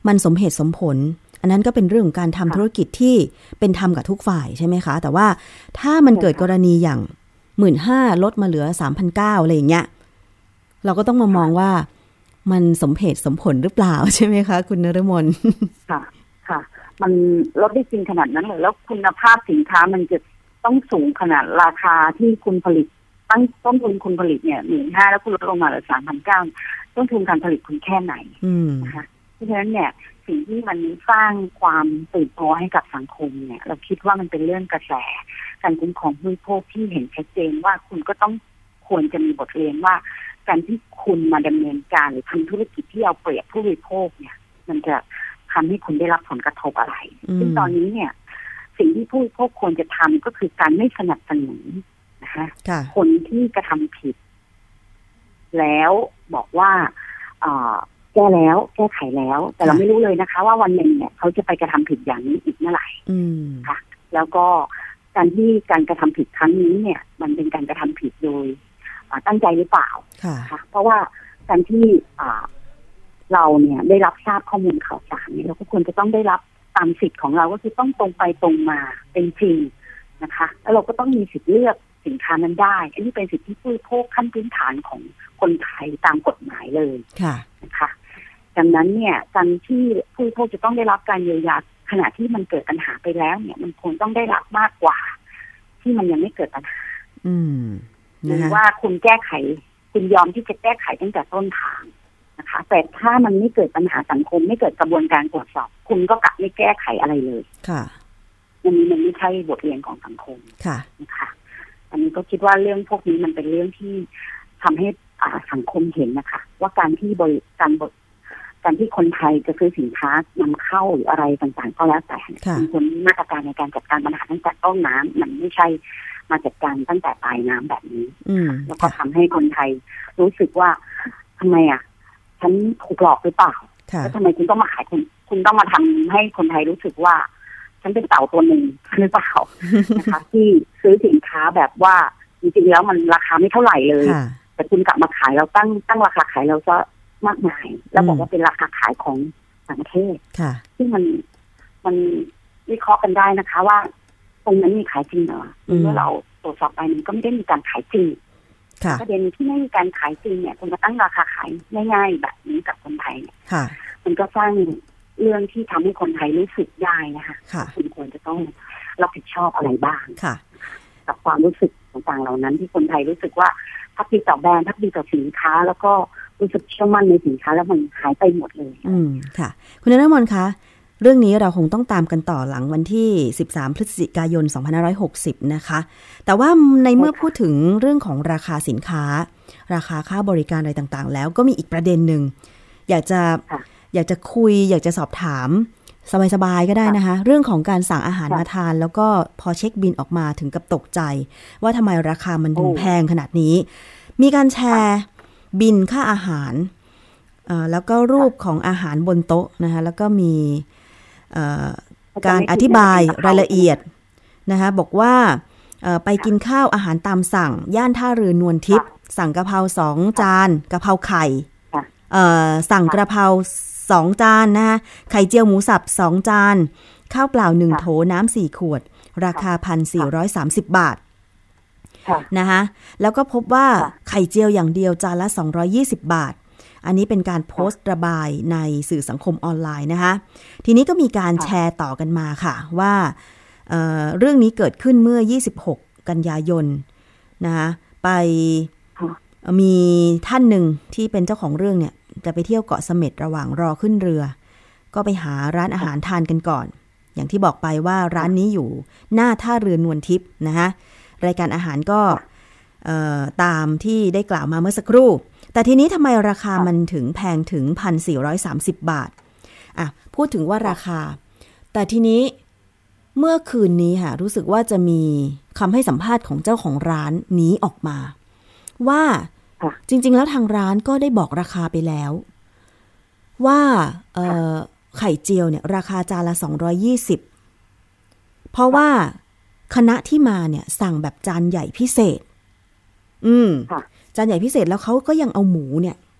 มันสมเหตุสมผลอันนั้นก็เป็นเรื่องของการทำธุรกิจที่เป็นธรรมกับทุกฝ่ายใช่ไหมคะแต่ว่าถ้ามันเกิดกรณีอย่างหมื่นห้าลดมาเหลือสามพันเก้าอะไรอย่างเงี้ยเราก็ต้องมามองว่ามันสมเหตุสมผลหรือเปล่าใช่ไหมคะคุณนฤมลค่ะค่ะมันลดได้จริงขนาดนั้นเลยแล้วคุณภาพสินค้ามันจะต้องสูงขนาดราคาที่คุณผลิตตั้งต้นทุนคุณผลิตเนี่ยหมื่นห้าแล้วคุณลดลงมาเหลือสามพันเก้าต้นทุนการผลิตคุณแค่ไหนนะคะเพราะฉะนั้นเนี่ยสิ่งที่มันสร้างความตื่นตัวให้กับสังคมเนี่ยเราคิดว่ามันเป็นเรื่องกระแสการคุ้มครองผู้บริโภคที่เห็นชัดเจนว่าคุณก็ต้องควรจะมีบทเรียนว่าการที่คุณมาดำเนินการหรือทำธุรกิจที่เอาเปรียบผู้บริโภคเนี่ยมันจะทำให้คุณได้รับผลกระทบอะไรซึ่งตอนนี้เนี่ยสิ่งที่ผู้บริโภคควรจะทำก็คือการไม่สนับสนุนนะคะคนที่กระทำผิดแล้วบอกว่าแก้แล้วแก้ไขแล้วแต่เราไม่รู้เลยนะคะว่าวันหนึ่งเนี่ยเขาจะไปกระทำผิดอย่างนี้อีกเมื่อไหร่ค่ะแล้วก็การที่การกระทำผิดครั้งนี้เนี่ยมันเป็นการกระทำผิดโดยตั้งใจหรือเปล่าค่ะเพราะว่าการที่เราเนี่ยได้รับทราบข้อมูลข่าวสารเนี่ยเราก็ควรจะต้องได้รับตามสิทธิ์ของเราก็คือต้องตรงไปตรงมาเป็นจริงนะคะแล้วเราก็ต้องมีสิทธิ์เลือกสินค้านั้นได้อันนี้เป็นสิทธิผู้บริโภคขั้นพื้นฐานของคนไทยตามกฎหมายเลยนะคะดังนั้นเนี่ยการที่ผู้บริโภคจะต้องได้รับการเยียวยาขณะที่มันเกิดปัญหาไปแล้วเนี่ยมันควรต้องได้รับมากกว่าที่มันยังไม่เกิดปัญหาหรือว่าคุณแก้ไขคุณยอมที่จะแก้ไขตั้งแต่ต้นทางนะคะแต่ถ้ามันไม่เกิดปัญหาสังคมไม่เกิดกระบวนการตรวจสอบคุณก็กลับไม่แก้ไขอะไรเลยค่ะอันนี้มันไม่ใช่บทเรียนของสังคมค่ะนะคะอันนี้ก็คิดว่าเรื่องพวกนี้มันเป็นเรื่องที่ทำให้สังคมเห็นนะคะว่าการที่บริการบทการที่คนไทยจะซื้อสินค้านำเข้าหรืออะไรต่างๆก็แล้วแต่เป็นคนมาตรการในการจัดการปัญหาตั้งแต่ต้นน้ำมันไม่ใช่มาจัดการตั้งแต่ปลายน้ำแบบนี้แล้วก็ทำให้คนไทยรู้สึกว่าทำไมอ่ะฉันถูกหลอกหรือเปล่าแล้วทำไมคุณต้องมาขายคุณคุณต้องมาทำให้คนไทยรู้สึกว่าฉันเป็นเต่าตัวหนึ่งหรือเปล่านะคะที่ซื้อสินค้าแบบว่าจริงๆแล้วมันราคาไม่เท่าไหร่เลยแต่คุณกลับมาขายแล้วตั้งตั้งราคาขายแล้วก็มากมายแล้วบอกว่าเป็นราคาขายของต่างประเทศซึ่งมันมันวิเคราะห์กันได้นะคะว่าตรงนั้นมีขายจริงเหรอเมื่อเราตรวจสอบไปมันก็ไม่ได้มีการขายจริงประเด็นที่ไม่มีการขายจริงเนี่ยคุณมาตั้งราคาขายง่ายๆแบบนี้กับคนไทยเนี่ยมันก็สร้างเรื่องที่ทำให้คนไทยรู้สึกได้นะคะคุณควรจะต้องรับผิดชอบอะไรบ้างกับความรู้สึกต่างๆเหล่านั้นที่คนไทยรู้สึกว่าพักดีต่อแบรนด์พักดีต่อสินค้าแล้วก็รู้สึกเชื่อมั่นในสินค้าแล้วมันหายไปหมดเลยอืมค่ะคุณนฤมลคะเรื่องนี้เราคงต้องตามกันต่อหลังวันที่สิบสามพฤศจิกายนสองพันห้าร้อยหกสิบนะคะแต่ว่าในเมื่อพูดถึงเรื่องของราคาสินค้าราคาค่าบริการอะไรต่างๆแล้วก็มีอีกประเด็นหนึ่งอยากจะอยากจะคุยอยากจะสอบถามสบายๆก็ได้นะคะเรื่องของการสั่งอาหารมาทานแล้วก็พอเช็คบิลออกมาถึงกับตกใจว่าทำไมราคามันถึงแพงขนาดนี้มีการแชร์บิลค่าอาหารแล้วก็รูปของอาหารบนโต๊ะนะคะแล้วก็มีการอธิบายรายละเอียดนะคะบอกว่าไปกินข้าวอาหารตามสั่งย่านท่าเรือนวลทิพย์สั่งกะเพราสองจานกะเพราไข่สั่งกะเพราสองจานนะคะไข่เจียวหมูสับสองจานข้าวเปล่าหนึ่งโถน้ำสี่ขวดราคา หนึ่งพันสี่ร้อยสามสิบ บาทนะคะแล้วก็พบว่าไข่เจียวอย่างเดียวจานละสองร้อยยี่สิบบาทอันนี้เป็นการโพสต์ระบายในสื่อสังคมออนไลน์นะคะทีนี้ก็มีการแชร์ต่อกันมาค่ะว่า เอ่อ เรื่องนี้เกิดขึ้นเมื่อยี่สิบหกกันยายนนะคะไปมีท่านหนึ่งที่เป็นเจ้าของเรื่องเนี่ยจะไปเที่ยวเกาะเสม็ดระหว่างรอขึ้นเรือก็ไปหาร้านอาหารทานกันก่อนอย่างที่บอกไปว่าร้านนี้อยู่หน้าท่าเรือนวลทิพย์นะคะรายการอาหารก็ตามที่ได้กล่าวมาเมื่อสักครู่แต่ทีนี้ทำไมราคามันถึงแพงถึง หนึ่งพันสี่ร้อยสามสิบ บาทอ่ะพูดถึงว่าราคาแต่ทีนี้เมื่อคืนนี้ค่ะรู้สึกว่าจะมีคำให้สัมภาษณ์ของเจ้าของร้านนี้ออกมาว่าจริงๆแล้วทางร้านก็ได้บอกราคาไปแล้วว่าเอ่อไข่เจียวเนี่ยราคาจานละสองร้อยยี่สิบเพราะว่าคณะที่มาเนี่ยสั่งแบบจานใหญ่พิเศษอืมจานใหญ่พิเศษแล้วเขาก็ยังเอาหมูเนี่ย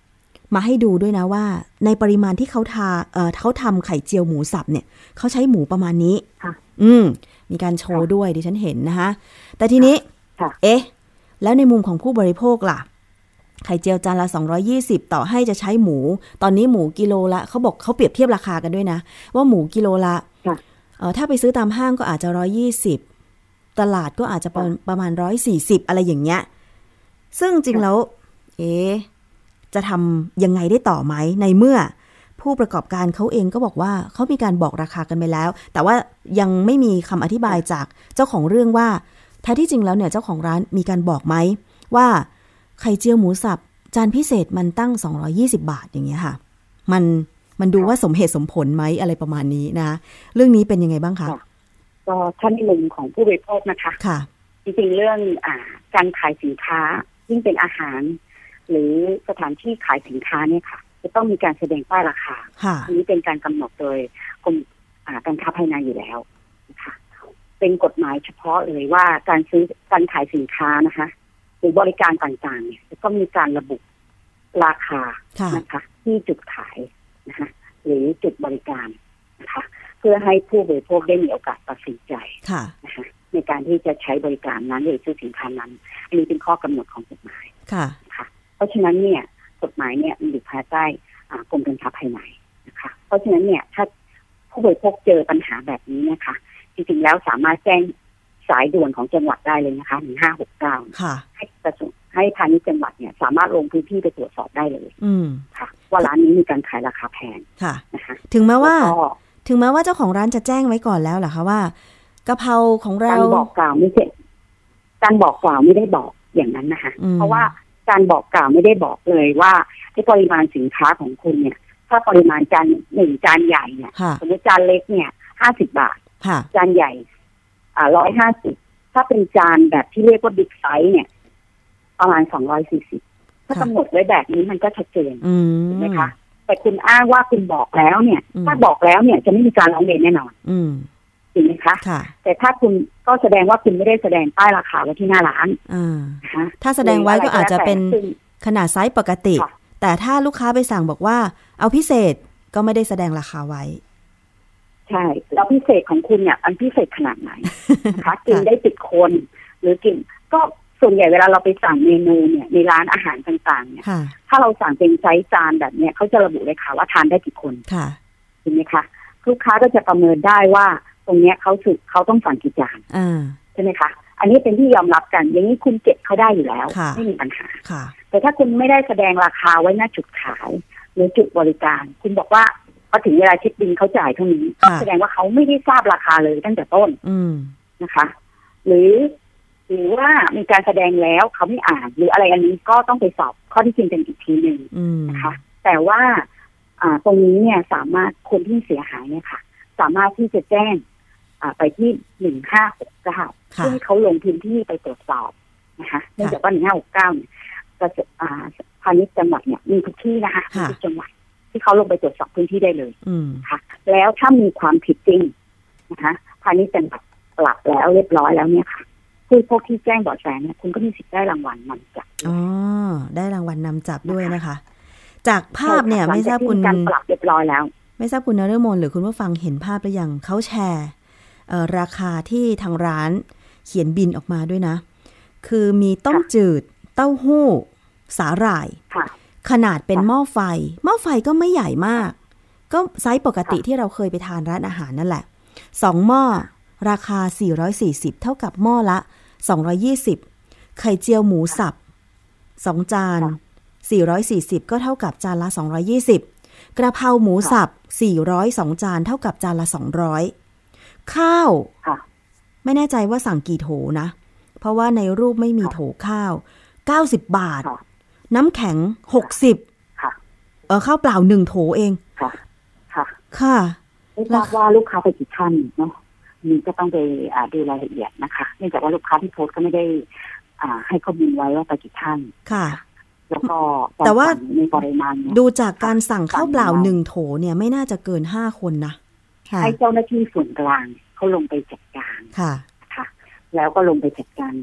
มาให้ดูด้วยนะว่าในปริมาณที่เขาทาเอ่อเขาทำไข่เจียวหมูสับเนี่ยเขาใช้หมูประมาณนี้อืมมีการโชว์ด้วยดิฉันเห็นนะคะแต่ทีนี้เอ๊ะแล้วในมุมของผู้บริโภคล่ะไข่เจียวจานละสองร้อยยี่สิบต่อให้จะใช้หมูตอนนี้หมูกิโลละเขาบอกเขาเปรียบเทียบราคากันด้วยนะว่าหมูกิโลละเอ่อถ้าไปซื้อตามห้างก็อาจจะหนึ่งร้อยยี่สิบตลาดก็อาจจะประมาณหนึ่งร้อยสี่สิบอะไรอย่างเงี้ยซึ่งจริงแล้วเอ๊ะจะทำยังไงได้ต่อไหมในเมื่อผู้ประกอบการเขาเองก็บอกว่าเขามีการบอกราคากันไปแล้วแต่ว่ายังไม่มีคำอธิบายจากเจ้าของเรื่องว่าแท้ที่จริงแล้วเนี่ยเจ้าของร้านมีการบอกไหมว่าไข่เจียวหมูสับจานพิเศษมันตั้งสองร้อยยี่สิบบาทอย่างเงี้ยค่ะมันมันดูว่าสมเหตุสมผลไหมอะไรประมาณนี้นะเรื่องนี้เป็นยังไงบ้างคะก็ท่านในมุมของผู้บริโภคนะคะค่ะจริงๆเรื่องอ่าการขายสินค้ายิ่งเป็นอาหารหรือสถานที่ขายสินค้าเนี่ยค่ะจะต้องมีการแสดงป้ายราคาอันนี้เป็นการกำหนดโดยกรมการค้าภายในอยู่แล้วนะคะเป็นกฎหมายเฉพาะเลยว่าการซื้อการขายสินค้านะคะหรือบริการต่างๆเนี่ยจะต้องมีการระบุราคานะคะที่จุดขายนะคะหรือจุดบริการนะคะเพื่อให้ผู้บริโภคได้มีโอกาสตัดสินใจนะคะในการที่จะใช้บริการนั้นหรือซื้อสินค้านั้นอันนี้เป็นข้อกำหนดของกฎหมายค่ะเพราะฉะนั้นเนี่ยกฎหมายเนี่ยมันอยู่ภายใต้กรมการค้าภายในนะคะเพราะฉะนั้นเนี่ยถ้าผู้บริโภคเจอปัญหาแบบนี้นะคะจริงๆแล้วสามารถแจ้งสายด่วนของจังหวัดได้เลยนะคะหนึ่งห้าหกเก้าให้กระทรวงให้พาณิชย์จังหวัดเนี่ยสามารถลงพื้นที่ไปตรวจสอบได้เลยค่ะว่าร้านนี้มีการขายราคาแพงค่ะนะคะถึงแม้ว่าถึงแม้ว่าเจ้าของร้านจะแจ้งไว้ก่อนแล้วเหรอคะว่ากะเพราของเราการบอกกล่าวไม่ใช่การบอกกล่าวไม่ได้บอกอย่างนั้นนะคะเพราะว่าการบอกกล่าวไม่ได้บอกเลยว่าที่ปริมาณสินค้าของคุณเนี่ยถ้าปริมาณจานหนึ่งจานใหญ่เนี่ยสมมติจานเล็กเนี่ยห้าสิบบาทจานใหญ่อ่าร้อยห้าสิบถ้าเป็นจานแบบที่เรียกว่าบิ๊กไซส์เนี่ยประมาณสองร้อยสี่สิบถ้ากำหนดไว้แบบนี้มันก็ชัดเจนถูกไหมคะแต่คุณอ้างว่าคุณบอกแล้วเนี่ยถ้าบอกแล้วเนี่ยจะไม่มีการร้องเรียนแน่นอนจริงไหมคะแต่ถ้าคุณก็แสดงว่าคุณไม่ได้แสดงป้ายราคาไว้ที่หน้าร้านถ้าแสดงไว้ก็อาจจะเป็นขนาดไซส์ปกติแต่ถ้าลูกค้าไปสั่งบอกว่าเอาพิเศษก็ไม่ได้แสดงราคาไว้ใช่แล้วพิเศษของคุณเนี่ยอันพิเศษขนาดไหนนะคะกินได้ติดคนหรือกินก็ส่วนใหญ่เวลาเราไปสั่งเมนูเนี่ยในร้านอาหารต่างๆเนี่ยถ้าเราสั่งเป็นไซส์จานแบบเนี้ยเขาจะระบุเลยค่ะว่าทานได้กี่คนใช่ไหมคะลูกค้าก็จะประเมินได้ว่าตรงเนี้ยเขาสึกเขาต้องสั่งกี่จานใช่ไหมคะอันนี้เป็นที่ยอมรับกันอย่างนี้คุณเก็บเขาได้อยู่แล้วไม่มีปัญหาแต่ถ้าคุณไม่ได้แสดงราคาไว้หน้าจุดขายหรือจุดบริการคุณบอกว่าพอถึงเวลาเช็คบิลเขาจ่ายเท่านี้แสดงว่าเขาไม่ได้ทราบราคาเลยตั้งแต่ต้นนะคะหรือหรือว่ามีการแสดงแล้วเขาไม่อ่านหรืออะไรอันนี้ก็ต้องไปสอบข้อที่จริงกันอีกทีหนึ่งนะคะแต่ว่าอ่าตรงนี้เนี่ยสามารถคนที่เสียหายเนี่ยค่ะสามารถที่จะแจ้งไปที่หนึ่งห้าหกเก้าซึ่งเขาลงพื้นที่ไปตรวจสอบนะคะเนื่องจากว่าหนึ่งห้าหกเก้าเนี่ยพาณิชย์จังหวัดเนี่ยมีทุกที่นะคะทุกจังหวัดที่เขาลงไปตรวจสอบพื้นที่ได้เลยค่ะแล้วถ้ามีความผิดจริงนะคะพาณิชย์จังหวัดปรับแล้วเรียบร้อยแล้วเนี่ยค่ะผู้พวกที่แจ้งเบาะแสเนี่ยคุณก็มีสิทธิ์ได้รางวัลนำจับอ๋อได้รางวัลนำจับด้วยนะคะจากภาพเนี่ยไม่ทราบคุณการปรับเรียบร้อยแล้วไม่ทราบคุณนฤมลหรือคุณผู้ฟังเห็นภาพหรือยังเขาแชร์ราคาที่ทางร้านเขียนบินออกมาด้วยนะคือมีต้มจืดเต้าหู้สาหร่ายขนาดเป็นหม้อไฟหม้อไฟก็ไม่ใหญ่มากก็ไซส์ปกติที่เราเคยไปทานร้านอาหารนั่นแหละสองหม้อราคาสี่ร้อยสี่สิบเท่ากับหม้อละสองร้อยยี่สิบไข่เจียวหมูสับสองจานสี่ร้อยสี่สิบก็เท่ากับจานละสองร้อยยี่สิบกระเพราหมูสับสี่ร้อยสองจานเท่ากับจานละสองร้อยข้าวไม่แน่ใจว่าสั่งกี่โถนะเพราะว่าในรูปไม่มีโถข้าวเก้าสิบบาทน้ำแข็งหกสิบเออข้าวเปล่าหนึ่งโถเองค่ะค่ะค่ะไม่ทราบว่าลูกค้าไปกี่ท่านเนาะนี่ก็ต้องไปดูรายละเอียดนะคะเนื่องจากว่าลูกค้าที่โพสต์ก็ไม่ได้ให้ข้อมูลไว้ว่าไปกี่ท่านค่ะแล้วก็แต่ว่าในปริมาณดูจากการสั่งข้าวเปล่าหนึ่งโถเนี่ยไม่น่าจะเกินห้าคนนะให้เจ้าหน้าที่ส่วนกลางเขาลงไปจัดการค่ะค่ะแล้วก็ลงไปจัดการแบบ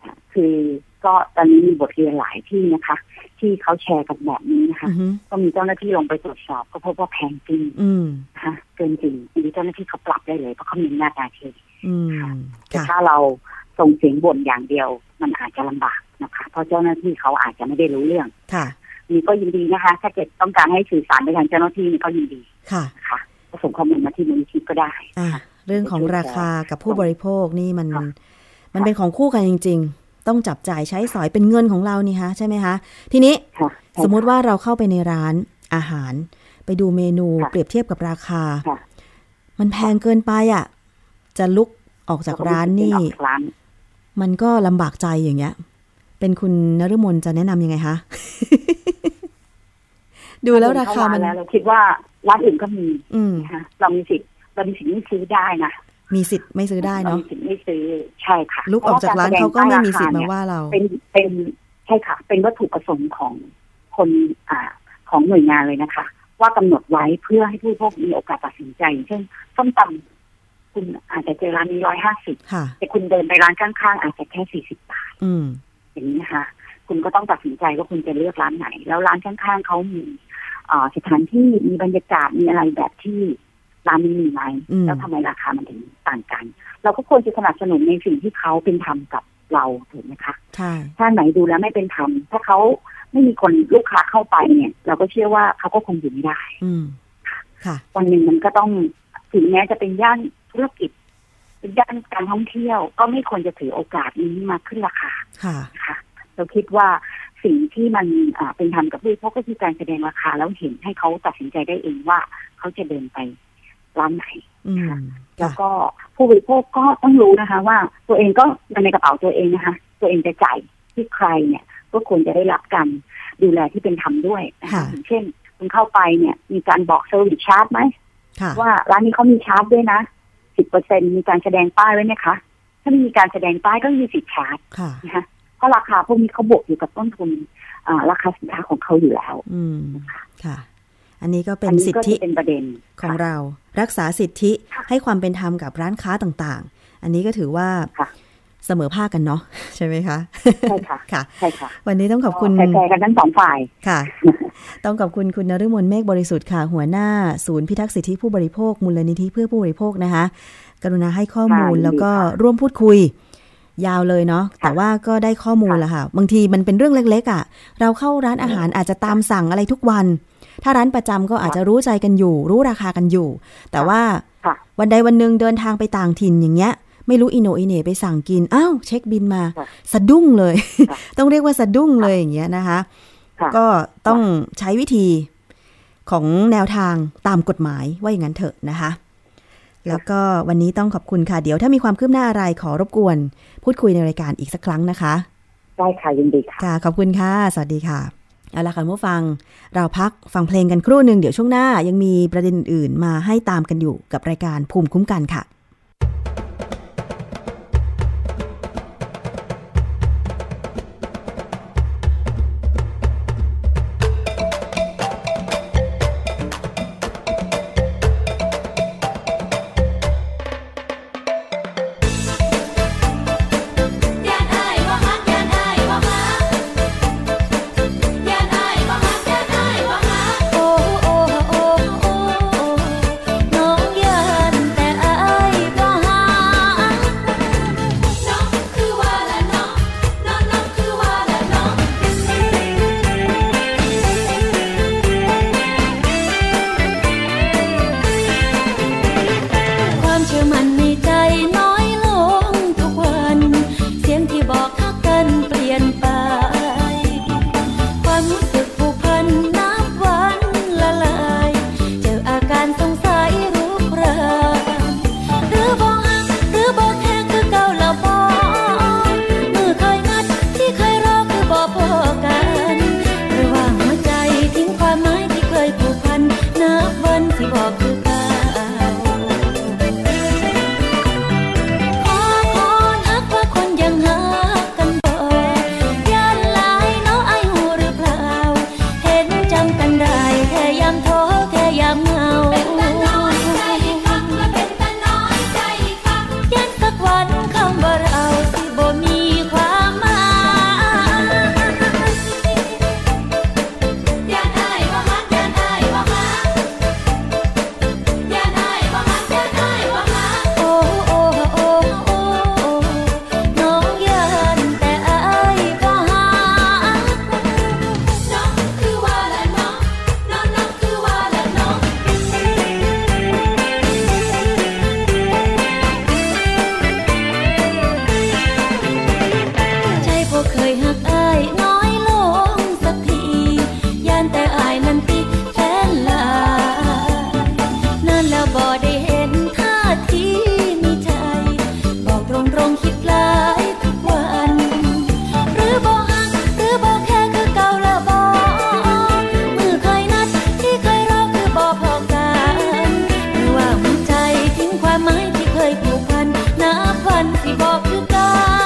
คือก็ตอนนี้มีบทเรียนหลายที่นะคะที่เขาแชร์กันแบบนี้นะคะ uh-huh. ก็มีเจ้าหน้าที่ลงไปตรวจสอบก็พบว่าแพงจริงนะคะเกินจริงมีเจ้าหน้าที่เขาปรับได้เลยเพราะเขามีหน้าตาเฉยแต่ถ้าเราส่งเสียงบ่นอย่างเดียวมันอาจจะลำบากนะคะเพราะเจ้าหน้าที่เขาอาจจะไม่ได้รู้เรื่องนี่ก็ยินดีนะคะถ้าเกิดต้องการให้สื่อสารไปทางเจ้าหน้าที่ก็ยินดีค่ะค่ะส่งข้อมูลมาที่มูลนิธิก็ได้เรื่องของราคากับผู้บริโภคนี่มันมันเป็นของคู่กันจริงๆต้องจับจ่ายใช้สอยเป็นเงินของเรานี่ฮะใช่ไหมคะทีนี้สมมติว่าเราเข้าไปในร้านอาหารไปดูเมนูเปรียบเทียบกับราคามันแพงเกินไปอ่ะจะลุกออกจากร้านนี่มันก็ลำบากใจอย่างเงี้ยเป็นคุณนฤมลจะแนะนำยังไงคะดูแล้วราคามันแล้วเราคิดว่าร้านอื่นก็มีนะคะเรามีสิทธิ์เรามีสิทธิ์ไม่ซื้อได้นะมีสิทธิ์ไม่ซื้อได้เนาะมีสิทธิ์ไม่ซื้อใช่ค่ะลุกออกจากร้านเขาก็ไม่มีสิทธิ์มาว่าเราเป็นเป็นใช่ค่ะเป็นวัตถุประสงค์ของคนอ่าของหน่วยงานเลยนะคะว่ากำหนดไว้เพื่อให้ผู้บริโภคมีโอกาสตัดสินใจเช่นส้มตำคุณอาจจะเจอร้านนี้ร้อยห้าสิบแต่คุณเดินไปร้านข้างๆอาจจะแค่สี่สิบบาทอย่างนี้นะคะคุณก็ต้องตัดสินใจว่าคุณจะเลือกร้านไหนแล้วร้านข้างๆเขามีสถานที่มีบรรยากาศมีอะไรแบบที่ร้านนี้มีไหมแล้วทำไมราคามันถึงต่างกันเราก็ควรจะสนับสนุนในสิ่งที่เขาเป็นธรรมกับเราถูกไหมคะใช่ถ้าไหนดูแล้วไม่เป็นธรรมถ้าเขาไม่มีคนลูกค้าเข้าไปเนี่ยเราก็เชื่อว่าเขาก็คงอยู่ไม่ได้ค่ะวันหนึ่งมันก็ต้องถึงแม้จะเป็นย่านธุรกิจเป็นย่านการท่องเที่ยวก็ไม่ควรจะถือโอกาสนี้มาขึ้นราคาค่ะค่ะเราคิดว่าสิ่งที่มันเป็นธรรมกับผู้บริโภคก็คือการแสดงราคาแล้วเห็นให้เขาตัดสินใจได้เองว่าเขาจะเดินไปร้านไหนแล้วก็ผู้บริโภคก็ต้องรู้นะคะว่าตัวเองก็ในกระเป๋าตัวเองนะคะตัวเองจะจ่ายที่ใครเนี่ยก็ควรจะได้รับการดูแลที่เป็นธรรมด้วยนะคะอย่างเช่นคุณเข้าไปเนี่ยมีการบอกเซอร์วิสชาร์จไหมว่าร้านนี้เขามีชาร์จด้วยนะสิบเปอร์เซ็นต์มีการแสดงป้ายไว้ไหมคะถ้าไม่มีการแสดงป้ายก็มีสิทธิ์ชาร์จนะคะเพราะราคาพวกนี้เขาบวกอยู่กับต้นทุนราคาสินค้าของเขาอยู่แล้วค่ะอันนี้ก็เป็นสิทธิของเรารักษาสิทธิให้ความเป็นธรรมกับร้านค้าต่างๆอันนี้ก็ถือว่าเสมอภาคกันเนาะใช่ไหมคะใช่ค่ะค่ะใช่ค่ะวันนี้ต้องขอบคุณแชร์กันทั้งสองฝ่ายค่ะต้องขอบคุณคุณนฤมลเมฆบริสุทธิ์ค่ะหัวหน้าศูนย์พิทักษ์สิทธิผู้บริโภคมูลนิธิเพื่อผู้บริโภคนะคะกรุณาให้ข้อมูลแล้วก็ร่วมพูดคุยยาวเลยเนาะแต่ว่าก็ได้ข้อมูลแล้วค่ะบางทีมันเป็นเรื่องเล็กๆอ่ะเราเข้าร้านอาหารอาจจะตามสั่งอะไรทุกวันถ้าร้านประจำก็อาจจะรู้ใจกันอยู่รู้ราคากันอยู่แต่ว่าวันใดวันหนึ่งเดินทางไปต่างถิ่นอย่างเงี้ยไม่รู้อิโนอิเน่ไปสั่งกินอ้าวเช็คบิลมาสะดุ้งเลยต้องเรียกว่าสะดุ้งเลยอย่างเงี้ยนะคะก็ต้องใช้วิธีของแนวทางตามกฎหมายว่าอย่างนั้นเถอะนะคะแล้วก็วันนี้ต้องขอบคุณค่ะเดี๋ยวถ้ามีความคืบหน้าอะไรขอรบกวนพูดคุยในรายการอีกสักครั้งนะคะได้ค่ะยินดีค่ะค่ะขอบคุณค่ะสวัสดีค่ะเอาล่ะค่ะผู้ฟังเราพักฟังเพลงกันครู่หนึ่งเดี๋ยวช่วงหน้ายังมีประเด็นอื่นมาให้ตามกันอยู่กับรายการภูมิคุ้มกันค่ะน้องยานแต่อายได้เห็นท่าทีมีใจบอกตรงๆคิดหลายทุกวันหรือบ่ฮักหรือบ่แค่คือเก่าละบ่มือเคยนัดที่เคยรอคือบ่พอกันหรือว่าหัวใจทิ้งความหมายที่เคยผูกพันนับวันที่บ่คือเก่า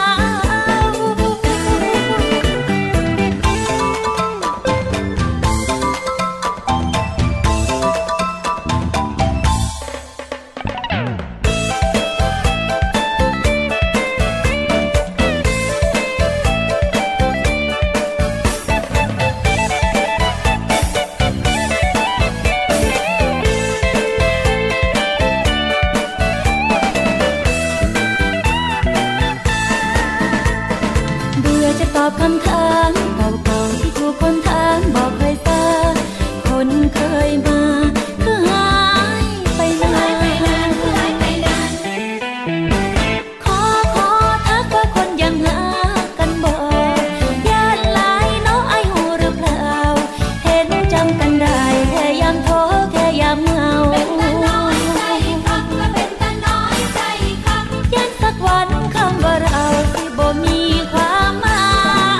ตอบคำถามเก่าๆที่ถูกคนถามบอกเคยฟังคนเคยมาคือหายไปนานขอขอทักว่าคนยังหากันบ่ญาติหลายน้องไอ้หูหรือเปล่าเห็นจำกันได้แค่ยามท้อแค่ยามเหงาเป็นแต่น้อยใจคักและเป็นแต่น้อยใจคักยันสักวันคำว่าเราสิบ่มีความหมาย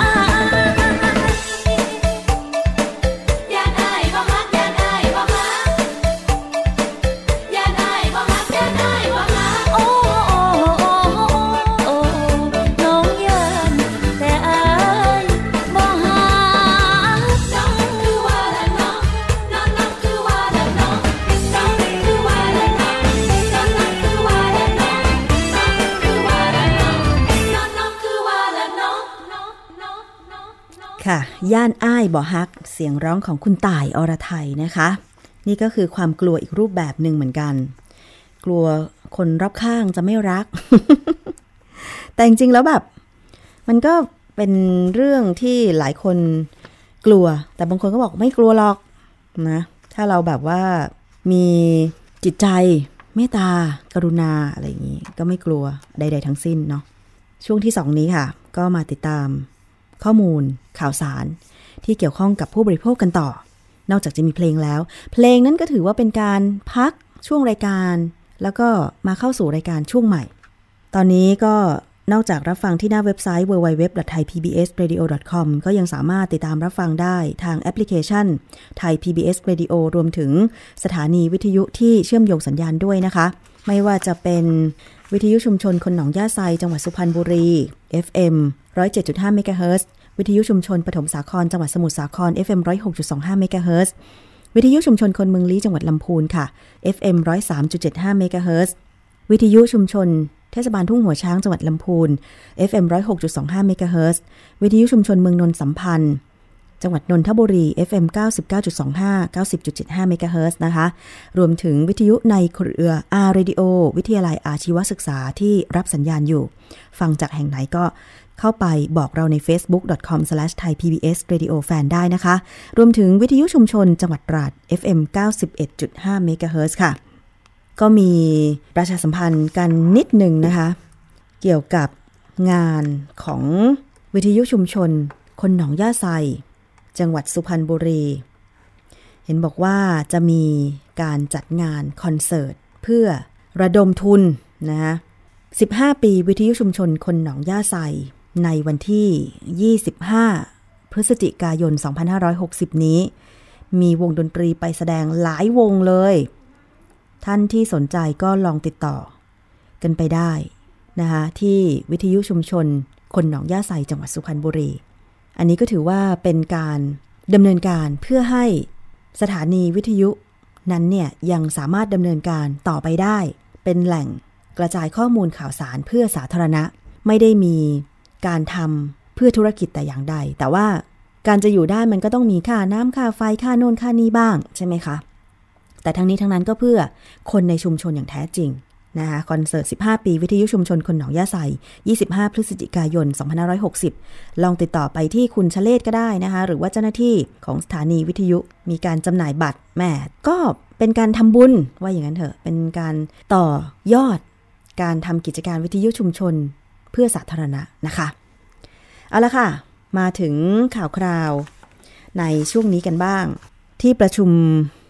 ค่ะย่านอ้ายบ่ฮักเสียงร้องของคุณต่ายอรไทยนะคะนี่ก็คือความกลัวอีกรูปแบบหนึ่งเหมือนกันกลัวคนรอบข้างจะไม่รัก แต่จริงๆแล้วแบบมันก็เป็นเรื่องที่หลายคนกลัวแต่บางคนก็บอกไม่กลัวหรอกนะถ้าเราแบบว่ามีจิตใจเมตตากรุณาอะไรอย่างนี้ก็ไม่กลัวใดๆทั้งสิ้นเนาะช่วงที่สองนี้ค่ะก็มาติดตามข้อมูลข่าวสารที่เกี่ยวข้องกับผู้บริโภคกันต่อนอกจากจะมีเพลงแล้วเพลงนั้นก็ถือว่าเป็นการพักช่วงรายการแล้วก็มาเข้าสู่รายการช่วงใหม่ตอนนี้ก็นอกจากรับฟังที่หน้าเว็บไซต์ ดับเบิลยู ดับเบิลยู ดับเบิลยู ดอท ไทย พี บี เอส เรดิโอ ดอท คอม ก็ยังสามารถติดตามรับฟังได้ทางแอปพลิเคชัน Thai พี บี เอส Radio รวมถึงสถานีวิทยุที่เชื่อมโยงสัญญาณด้วยนะคะไม่ว่าจะเป็นวิทยุชุมชนคนหนองย่าไซจังหวัดสุพรรณบุรี เอฟ เอ็ม หนึ่งร้อยเจ็ดจุดห้า เมกะเฮิรตซ์ วิทยุชุมชนปฐมสาครจังหวัดสมุทรสาคร เอฟ เอ็ม หนึ่งร้อยหกจุดสองห้า เมกะเฮิรตซ์ วิทยุชุมชนคนเมืองลี้จังหวัดลำพูนค่ะ เอฟ เอ็ม หนึ่งร้อยสามจุดเจ็ดห้า เมกะเฮิรตซ์ วิทยุชุมชนเทศบาลทุ่งหัวช้างจังหวัดลำพูน เอฟ เอ็ม หนึ่งร้อยหกจุดสองห้า เมกะเฮิรตซ์ วิทยุชุมชนเมืองนนสัมพันธ์จังหวัดนนทบุรี เอฟ เอ็ม เก้าสิบเก้าจุดสองห้า เก้าสิบจุดเจ็ดห้า เมกะเฮิรตซ์นะคะรวมถึงวิทยุในเครือ R Radio วิทยาลัยอาชีวศึกษาที่รับสัญญาณอยู่ฟังจากแห่งไหนก็เข้าไปบอกเราใน เฟซบุ๊ก ดอท คอม สแลช ไทย พี บี เอส เรดิโอ แฟน ได้นะคะรวมถึงวิทยุชุมชนจังหวัดตราด เอฟ เอ็ม เก้าสิบเอ็ดจุดห้า เมกะเฮิรตซ์ค่ะก็มีประชาสัมพันธ์กันนิดหนึ่งนะคะเกี่ยวกับงานของวิทยุชุมชนคนหนองย่าไซจังหวัดสุพรรณบุรีเห็นบอกว่าจะมีการจัดงานคอนเสิร์ตเพื่อระดมทุนนะคะสิบห้าปีวิทยุชุมชนคนหนองย่าไซในวันที่ยี่สิบห้าพฤศจิกายนสองพันห้าร้อยหกสิบนี้มีวงดนตรีไปแสดงหลายวงเลยท่านที่สนใจก็ลองติดต่อกันไปได้นะคะที่วิทยุชุมชนคนหนองย่าไซจังหวัดสุพรรณบุรีอันนี้ก็ถือว่าเป็นการดำเนินการเพื่อให้สถานีวิทยุนั้นเนี่ยยังสามารถดำเนินการต่อไปได้เป็นแหล่งกระจายข้อมูลข่าวสารเพื่อสาธารณะไม่ได้มีการทำเพื่อธุรกิจแต่อย่างใดแต่ว่าการจะอยู่ได้มันก็ต้องมีค่าน้ำค่าไฟค่าโน่นค่านี้บ้างใช่ไหมคะแต่ทั้งนี้ทั้งนั้นก็เพื่อคนในชุมชนอย่างแท้จริงนะคะคอนเสิร์ตสิบห้าปีวิทยุชุมชนคนหนองย่าไซยี่สิบห้าพฤศจิกายนสองพันห้าร้อยหกสิบลองติดต่อไปที่คุณชเลศก็ได้นะคะหรือว่าเจ้าหน้าที่ของสถานีวิทยุมีการจำหน่ายบัตรแหมก็เป็นการทำบุญว่าอย่างนั้นเถอะเป็นการต่อยอดการทำกิจการวิทยุชุมชนเพื่อสาธารณะนะคะเอาละค่ะมาถึงข่าวคราวในช่วงนี้กันบ้างที่ประชุม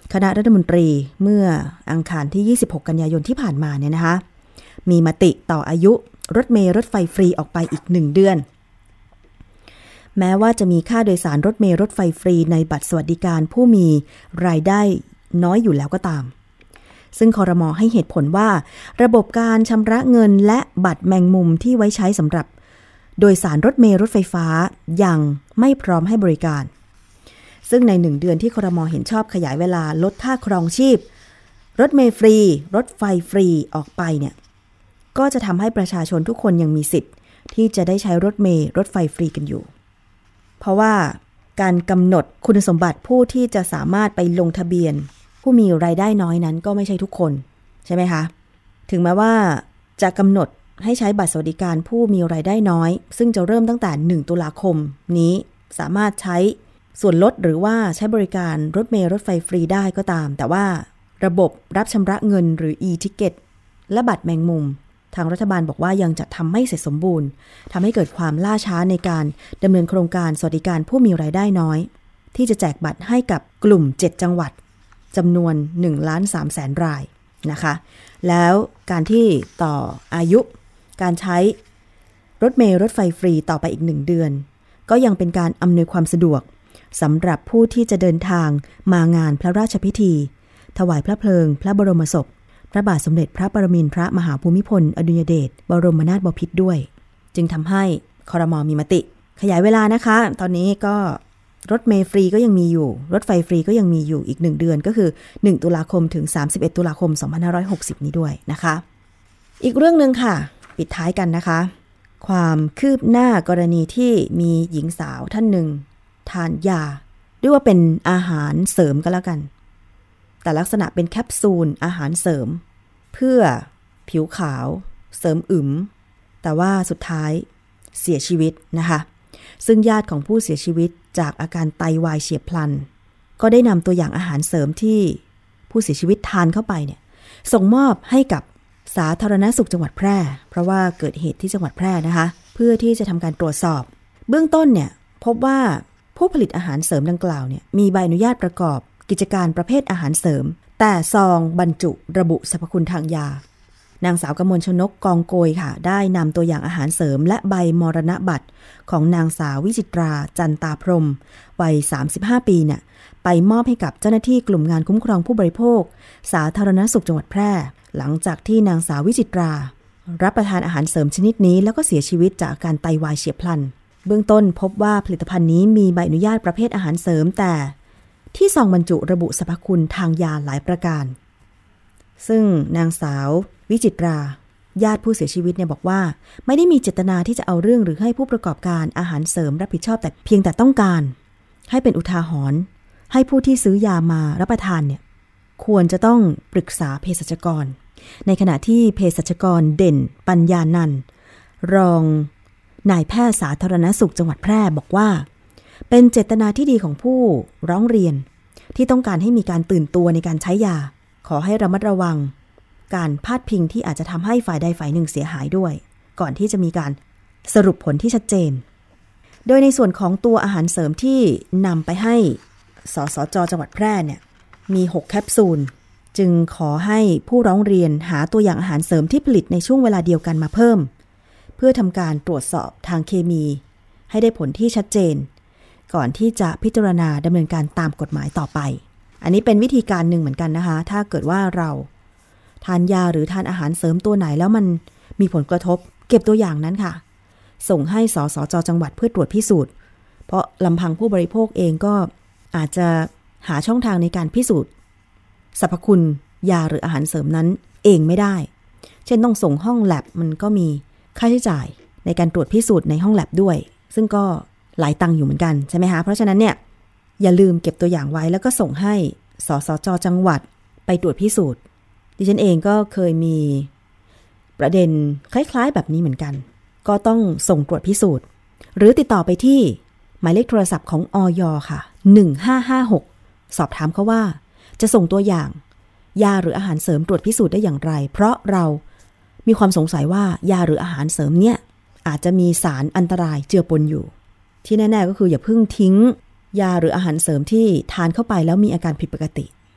คณะรัฐมนตรีเมื่ออังคารที่ยี่สิบหกกันยายนที่ผ่านมาเนี่ยนะคะมีมติต่ออายุรถเมล์รถไฟฟรีออกไปอีกหนึ่งเดือนแม้ว่าจะมีค่าโดยสารรถเมล์รถไฟฟรีในบัตรสวัสดิการผู้มีรายได้น้อยอยู่แล้วก็ตามซึ่งครม.ให้เหตุผลว่าระบบการชำระเงินและบัตรแมงมุมที่ไว้ใช้สำหรับโดยสารรถเมล์รถไฟฟ้ายังไม่พร้อมให้บริการซึ่งในหนึ่งเดือนที่ครม.เห็นชอบขยายเวลาลดค่าครองชีพรถเมล์ฟรีรถไฟฟรีออกไปเนี่ยก็จะทำให้ประชาชนทุกคนยังมีสิทธิ์ที่จะได้ใช้รถเมล์รถไฟฟรีกันอยู่เพราะว่าการกำหนดคุณสมบัติผู้ที่จะสามารถไปลงทะเบียนผู้มีรายได้น้อยนั้นก็ไม่ใช่ทุกคนใช่ไหมคะถึงแม้ว่าจะกำหนดให้ใช้บัตรสวัสดิการผู้มีรายได้น้อยซึ่งจะเริ่มตั้งแต่หนึ่งตุลาคมนี้สามารถใช้ส่วนลดหรือว่าใช้บริการรถเมล์รถไฟฟรีได้ก็ตามแต่ว่าระบบรับชำระเงินหรือ e-ticket และบัตรแมงมุมทางรัฐบาลบอกว่ายังจะทำไม่เสร็จสมบูรณ์ทำให้เกิดความล่าช้าในการดำเนินโครงการสวัสดิการผู้มีรายได้น้อยที่จะแจกบัตรให้กับกลุ่มเจ็ดจังหวัดจำนวน หนึ่งล้านสามแสน รายนะคะแล้วการที่ต่ออายุการใช้รถเมล์รถไฟฟรีต่อไปอีกหนึ่งเดือนก็ยังเป็นการอำนวยความสะดวกสำหรับผู้ที่จะเดินทางมางานพระราชพิธีถวายพระเพลิงพระบรมศพพระบาทสมเด็จพระปรมินทรมหาภูมิพลอดุลยเดชบรมนาถบพิตรด้วยจึงทำให้ครม.มีมติขยายเวลานะคะตอนนี้ก็รถเมล์ฟรีก็ยังมีอยู่รถไฟฟรีก็ยังมีอยู่อีกหนึ่งเดือนก็คือหนึ่งตุลาคมถึงสามสิบเอ็ดตุลาคมสองพันห้าร้อยหกสิบนี้ด้วยนะคะอีกเรื่องนึงค่ะปิดท้ายกันนะคะความคืบหน้ากรณีที่มีหญิงสาวท่านหนึ่งทานยาเรียกว่าเป็นอาหารเสริมก็แล้วกันแต่ลักษณะเป็นแคปซูลอาหารเสริมเพื่อผิวขาวเสริมอึมแต่ว่าสุดท้ายเสียชีวิตนะคะซึ่งญาติของผู้เสียชีวิตจากอาการไตวายเฉียบพลันก็ได้นำตัวอย่างอาหารเสริมที่ผู้เสียชีวิตทานเข้าไปเนี่ยส่งมอบให้กับสาธารณสุขจังหวัดแพร่เพราะว่าเกิดเหตุที่จังหวัดแพร่นะคะเพื่อที่จะทำการตรวจสอบเบื้องต้นเนี่ยพบว่าผู้ผลิตอาหารเสริมดังกล่าวเนี่ยมีใบอนุญาตประกอบกิจการประเภทอาหารเสริมแต่ซองบรรจุระบุสรรพคุณทางยานางสาวกมลชนกกองโกยค่ะได้นำตัวอย่างอาหารเสริมและใบมรณบัตรของนางสาววิจิตราจันตาพรหมวัยสามสิบห้าปีเนี่ยไปมอบให้กับเจ้าหน้าที่กลุ่มงานคุ้มครองผู้บริโภคสาธารณสุขจังหวัดแพร่หลังจากที่นางสาววิจิตรารับประทานอาหารเสริมชนิดนี้แล้วก็เสียชีวิตจากอาการไตวายเฉียบพลันเบื้องต้นพบว่าผลิตภัณฑ์นี้มีใบอนุญาตประเภทอาหารเสริมแต่ที่ซองบรรจุระบุสรรพคุณทางยาหลายประการซึ่งนางสาววิจิตราญาติผู้เสียชีวิตเนี่ยบอกว่าไม่ได้มีเจตนาที่จะเอาเรื่องหรือให้ผู้ประกอบการอาหารเสริมรับผิดชอบแต่เพียงแต่ต้องการให้เป็นอุทาหรณ์ให้ผู้ที่ซื้อยามารับประทานเนี่ยควรจะต้องปรึกษาเภสัชกรในขณะที่เภสัชกรเด่นปัญญานันท์รองนายแพทย์สาธารณสุขจังหวัดแพร่บอกว่าเป็นเจตนาที่ดีของผู้ร้องเรียนที่ต้องการให้มีการตื่นตัวในการใช้ยาขอให้ระมัดระวังการพาดพิงที่อาจจะทำให้ฝ่ายใดฝ่ายหนึ่งเสียหายด้วยก่อนที่จะมีการสรุปผลที่ชัดเจนโดยในส่วนของตัวอาหารเสริมที่นำไปให้สสจ.จังหวัดแพร่เนี่ยมีหกแคปซูลจึงขอให้ผู้ร้องเรียนหาตัวอย่างอาหารเสริมที่ผลิตในช่วงเวลาเดียวกันมาเพิ่มเพื่อทำการตรวจสอบทางเคมีให้ได้ผลที่ชัดเจนก่อนที่จะพิจารณาดำเนินการตามกฎหมายต่อไปอันนี้เป็นวิธีการหนึ่งเหมือนกันนะคะถ้าเกิดว่าเราทานยาหรือทานอาหารเสริมตัวไหนแล้วมันมีผลกระทบเก็บตัวอย่างนั้นค่ะส่งให้สสจ.จังหวัดเพื่อตรวจพิสูจน์เพราะลำพังผู้บริโภคเองก็อาจจะหาช่องทางในการพิสูจน์สรรพคุณยาหรืออาหารเสริมนั้นเองไม่ได้เช่นต้องส่งห้องแลบมันก็มีค่าใช้จ่ายในการตรวจพิสูจน์ในห้องแลบด้วยซึ่งก็หลายตังค์อยู่เหมือนกันใช่ไหมคะเพราะฉะนั้นเนี่ยอย่าลืมเก็บตัวอย่างไว้แล้วก็ส่งให้สสจ.จังหวัดไปตรวจพิสูจน์ดิฉันเองก็เคยมีประเด็นคล้ายๆแบบนี้เหมือนกันก็ต้องส่งตรวจพิสูจน์หรือติดต่อไปที่หมายเลขโทรศัพท์ของอย.ค่ะหนึ่งห้าห้าหกสอบถามเขาว่าจะส่งตัวอย่างยาหรืออาหารเสริมตรวจพิสูจน์ได้อย่างไรเพราะเรามีความสงสัยว่ายาหรืออาหารเสริมเนี่ยอาจจะมีสารอันตรายเจือปนอยู่ที่แน่ๆก็คืออย่าเพิ่งทิ้งยาหรืออาหารเสริมที่ทานเข้าไปแล้วมีอาการผิดปกติ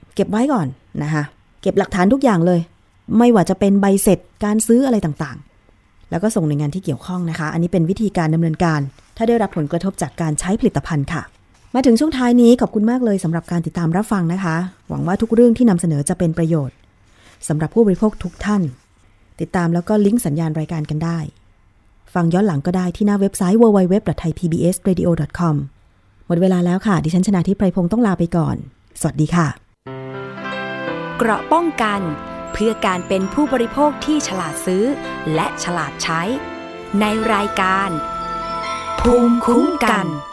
เก็บไว้ก่อนนะคะเก็บหลักฐานทุกอย่างเลยไม่ว่าจะเป็นใบเสร็จการซื้ออะไรต่างๆแล้วก็ส่งหน่วยงานที่เกี่ยวข้องนะคะอันนี้เป็นวิธีการดำเนินการถ้าได้รับผลกระทบจากการใช้ผลิตภัณฑ์ค่ะมาถึงช่วงท้ายนี้ขอบคุณมากเลยสำหรับการติดตามรับฟังนะคะหวังว่าทุกเรื่องที่นำเสนอจะเป็นประโยชน์สำหรับผู้บริโภคทุกท่านติดตามแล้วก็ลิงก์สัญญาณรายการกันได้ฟังย้อนหลังก็ได้ที่หน้าเว็บไซต์ ดับเบิลยู ดับเบิลยู ดับเบิลยู ดอท ไทย พี บี เอส เรดิโอ ดอท คอม หมดเวลาแล้วค่ะดิฉันชนาธิป ไพรพงศ์ต้องลาไปก่อนสวัสดีค่ะเกราะป้องกันเพื่อการเป็นผู้บริโภคที่ฉลาดซื้อและฉลาดใช้ในรายการภูมิคุ้มกัน